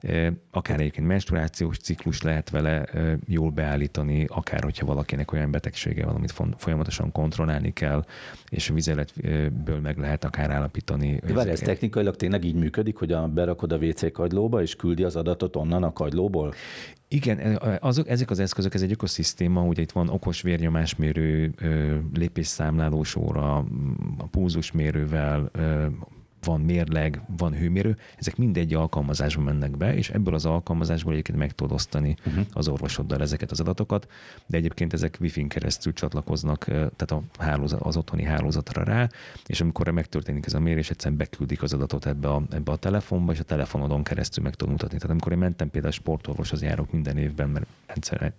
akár egyébként menstruációs ciklus lehet vele jól beállítani, akár hogyha valakinek olyan betegsége van, amit folyamatosan kontrollálni kell, és a vizeletből meg lehet akár állapítani. Várj, ez technikailag tényleg így működik, hogy berakod a WC kagylóba, és küldi az adatot onnan a kagylóból? Igen, ezek az eszközök, ez egy ökoszisztéma, ugye itt van okos vérnyomásmérő, lépésszámlálós óra, a pulzusmérővel, van mérleg, van hőmérő, ezek mindegy alkalmazásba mennek be, és ebből az alkalmazásból egyébként meg tudod osztani az orvosoddal ezeket az adatokat, de egyébként ezek Wi-Fi-n keresztül csatlakoznak, tehát az otthoni hálózatra rá, és amikor megtörténik ez a mérés, egyszerűen beküldik az adatot ebbe a telefonba, és a telefonodon keresztül meg tudod mutatni. Tehát amikor én mentem például sportorvoshoz járok minden évben, mert egyszerűen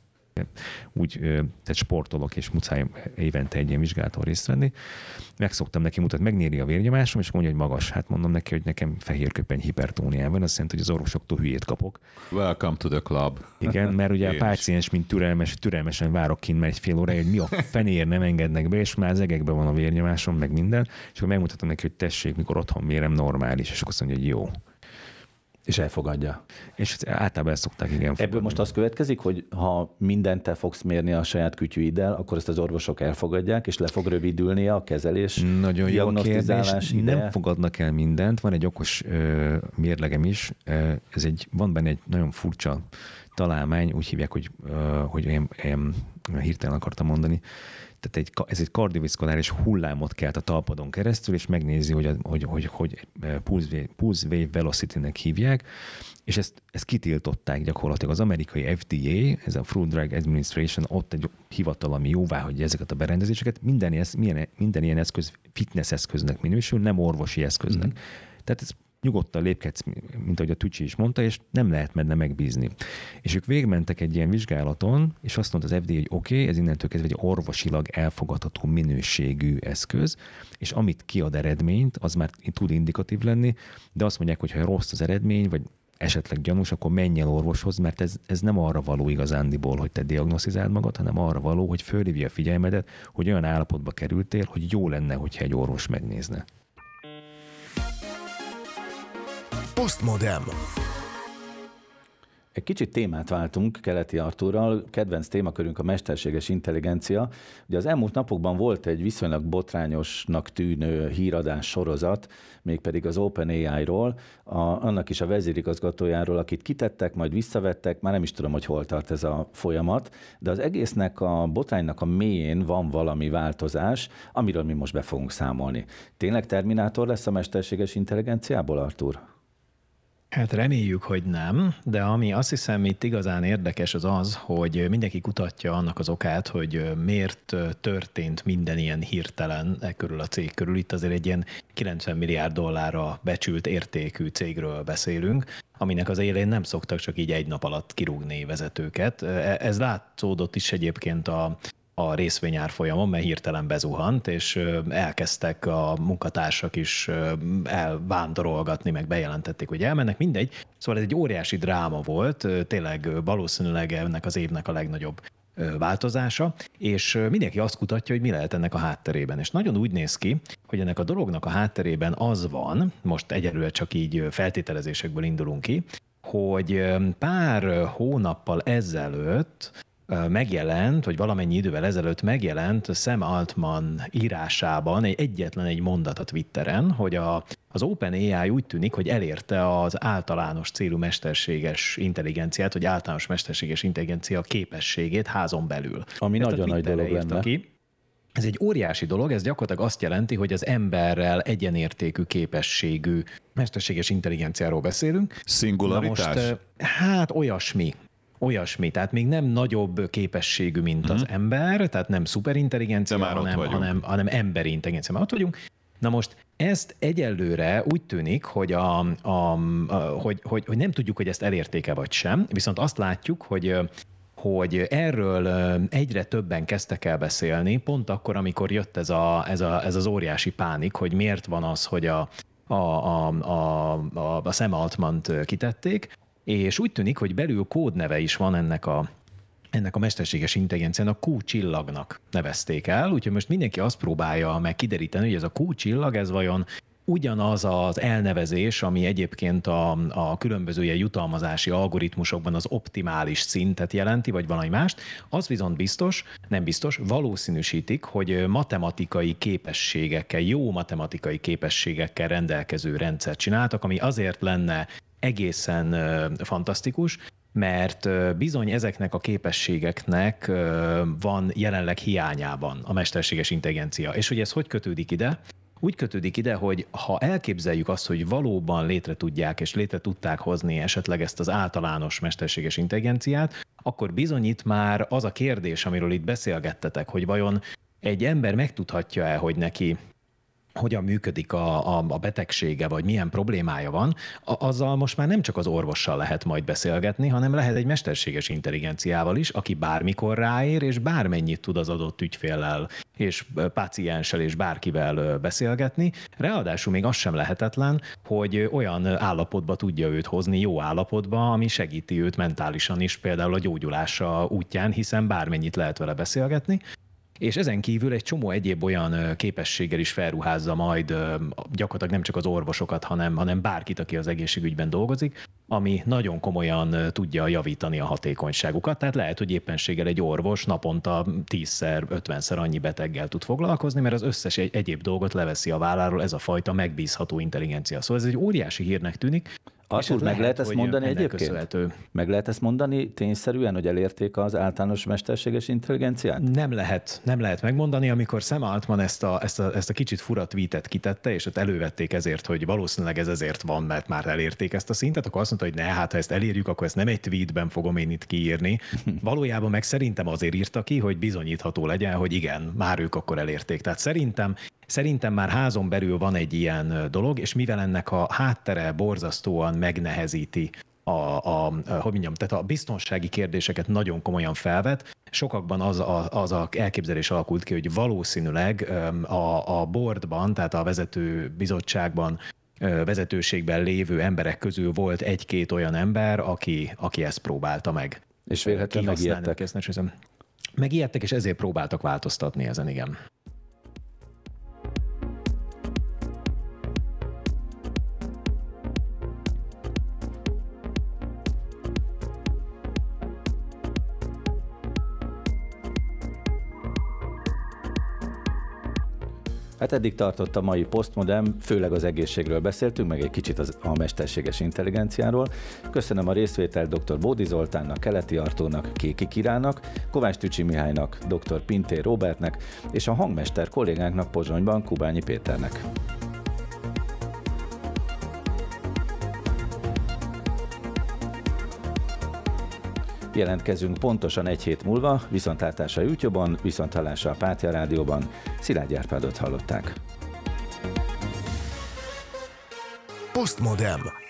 úgy tehát sportolok, és muszáj évente egy ilyen vizsgálaton részt venni. Meg szoktam neki mutatni, megnéri a vérnyomásom, és mondja, hogy magas. Hát mondom neki, hogy nekem fehérköpeny hipertóniám van, azt jelenti, hogy az orvosoktól hülyét kapok. Welcome to the club. Igen, mert ugye a páciens, mint türelmesen várok kint már egy fél óráig, hogy mi a fenér nem engednek be, és már az egekben van a vérnyomásom, meg minden, és akkor megmutatom neki, hogy tessék, mikor otthon mérem normális, és akkor azt mondja, hogy jó. És elfogadja. És általában ezt szokták, igen. Fogadni. Ebből most az következik, hogy ha mindent te fogsz mérni a saját kütyüiddel, akkor ezt az orvosok elfogadják, és le fog rövidülni a kezelés, nagyon jó kérdés. Nem fogadnak el mindent. Van egy okos mérlegem is. Van benne egy nagyon furcsa találmány, úgy hívják, hogy én hirtelen akartam mondani. Tehát ez egy kardioviszkuláris hullámot kelt a talpadon keresztül, és megnézi, hogy pulse wave velocity-nek hívják, és ezt kitiltották gyakorlatilag. Az amerikai FDA, ez a Food Drug Administration, ott egy hivatal, ami jóváhagyja ezeket a berendezéseket, minden ilyen eszköz fitness eszköznek minősül, nem orvosi eszköznek. Tehát ez nyugodtan lépkedsz, mint ahogy a Tücsi is mondta, és nem lehet benne megbízni. És ők végigmentek egy ilyen vizsgálaton, és azt mondta az FDA, hogy oké, ez innentől kezdve egy orvosilag elfogadható minőségű eszköz, és amit kiad eredményt, az már tud indikatív lenni, de azt mondják, hogy ha rossz az eredmény, vagy esetleg gyanús, akkor menj el orvoshoz, mert ez nem arra való igazándiból, hogy te diagnosztizáld magad, hanem arra való, hogy fölhívja a figyelmedet, hogy olyan állapotba kerültél, hogy jó lenne, hogyha egy orvos megnézne. Postmodern. Egy kicsit témát váltunk Keleti Artúrral, kedvenc témakörünk a mesterséges intelligencia. Ugye az elmúlt napokban volt egy viszonylag botrányosnak tűnő híradás sorozat, mégpedig az OpenAI-ról, annak is a vezérigazgatójáról, akit kitettek, majd visszavettek, már nem is tudom, hogy hol tart ez a folyamat, de az egésznek a botránynak a mélyén van valami változás, amiről mi most be fogunk számolni. Tényleg Terminátor lesz a mesterséges intelligenciából, Artúr? Hát reméljük, hogy nem, de ami azt hiszem itt igazán érdekes az az, hogy mindenki kutatja annak az okát, hogy miért történt minden ilyen hirtelen körül a cég körül. Itt azért egy ilyen 90 milliárd dollárra becsült értékű cégről beszélünk, aminek az élén nem szoktak csak így egy nap alatt kirúgni vezetőket. Ez látszódott is egyébként a részvényárfolyamon, mert hirtelen bezuhant, és elkezdtek a munkatársak is elvándorolgatni, meg bejelentették, hogy elmennek, mindegy. Szóval ez egy óriási dráma volt, tényleg valószínűleg ennek az évnek a legnagyobb változása, és mindenki azt kutatja, hogy mi lehet ennek a hátterében. És nagyon úgy néz ki, hogy ennek a dolognak a hátterében az van, most egyelőre csak így feltételezésekből indulunk ki, hogy pár hónappal ezelőtt megjelent, vagy valamennyi idővel ezelőtt megjelent Sam Altman írásában egyetlen egy mondat a Twitteren, hogy az OpenAI úgy tűnik, hogy elérte az általános célú mesterséges intelligenciát, vagy általános mesterséges intelligencia képességét házon belül. Ami nagyon nagy dolog lenne. Ez egy óriási dolog, ez gyakorlatilag azt jelenti, hogy az emberrel egyenértékű képességű mesterséges intelligenciáról beszélünk. Szingularitás? Most, hát olyasmi, tehát még nem nagyobb képességű, mint az ember, tehát nem szuperintelligencia, hanem emberi intelligencia. Már ott vagyunk. Na most ezt egyelőre úgy tűnik, hogy, hogy nem tudjuk, hogy ezt elérték-e vagy sem, viszont azt látjuk, hogy erről egyre többen kezdtek el beszélni, pont akkor, amikor jött ez az óriási pánik, hogy miért van az, hogy a Sam Altmant kitették, és úgy tűnik, hogy belül kódneve is van ennek a mesterséges intelligenciának, Q-csillagnak nevezték el, úgyhogy most mindenki azt próbálja meg kideríteni, hogy ez a Q-csillag, ez vajon ugyanaz az elnevezés, ami egyébként a különböző ilyen jutalmazási algoritmusokban az optimális szintet jelenti, vagy valami mást. Az viszont nem biztos, valószínűsítik, hogy matematikai képességekkel, jó matematikai képességekkel rendelkező rendszert csináltak, ami azért lenne egészen fantasztikus, mert bizony ezeknek a képességeknek van jelenleg hiányában a mesterséges intelligencia. És hogy ez hogy kötődik ide? Úgy kötődik ide, hogy ha elképzeljük azt, hogy valóban létre tudták hozni esetleg ezt az általános mesterséges intelligenciát, akkor bizony itt már az a kérdés, amiről itt beszélgettetek, hogy vajon egy ember megtudhatja-e, hogy neki hogyan működik a betegsége, vagy milyen problémája van, azzal most már nem csak az orvossal lehet majd beszélgetni, hanem lehet egy mesterséges intelligenciával is, aki bármikor ráér, és bármennyit tud az adott ügyféllel, és pácienssel, és bárkivel beszélgetni. Ráadásul még az sem lehetetlen, hogy olyan állapotba tudja őt hozni, jó állapotba, ami segíti őt mentálisan is, például a gyógyulása útján, hiszen bármennyit lehet vele beszélgetni. És ezen kívül egy csomó egyéb olyan képességgel is felruházza majd gyakorlatilag nem csak az orvosokat, hanem bárkit, aki az egészségügyben dolgozik, ami nagyon komolyan tudja javítani a hatékonyságukat. Tehát lehet, hogy éppenséggel egy orvos naponta 10-szer, 50-szer annyi beteggel tud foglalkozni, mert az összes egyéb dolgot leveszi a válláról ez a fajta megbízható intelligencia. Szóval ez egy óriási hírnek tűnik. Artúr, meg lehet ezt mondani egyébként? Meg lehet ezt mondani tényszerűen, hogy elérték az általános mesterséges intelligenciát? Nem lehet megmondani, amikor Sam Altman ezt a kicsit fura tweetet kitette, és ott elővették ezért, hogy valószínűleg ez ezért van, mert már elérték ezt a szintet, akkor azt mondta, hogy ne, hát ha ezt elérjük, akkor ezt nem egy tweetben fogom én itt kiírni. Valójában meg szerintem azért írta ki, hogy bizonyítható legyen, hogy igen, már ők akkor elérték. Tehát Szerintem már házon belül van egy ilyen dolog, és mivel ennek a háttere borzasztóan megnehezíti tehát a biztonsági kérdéseket nagyon komolyan felvet, sokakban az a elképzelés alakult ki, hogy valószínűleg a boardban, tehát a vezető bizottságban, vezetőségben lévő emberek közül volt egy-két olyan ember, aki ezt próbálta meg. És vélhetően megijedtek. Megijedtek, és ezért próbáltak változtatni ezen, igen. Hát eddig tartott a mai Postmodern, főleg az egészségről beszéltünk, meg egy kicsit a mesterséges intelligenciáról. Köszönöm a részvételt dr. Bódi Zoltánnak, Keleti Artúrnak, Kéki Királynak, Kovács Tücsi Mihálynak, dr. Pintér Róbertnek és a hangmester kollégánknak Pozsonyban Kubányi Péternek. Jelentkezünk pontosan egy hét múlva, viszontlátásra YouTube-on, viszonthallásra a Pátia Rádióban. Szilágyi Árpádot hallották. Postmodern.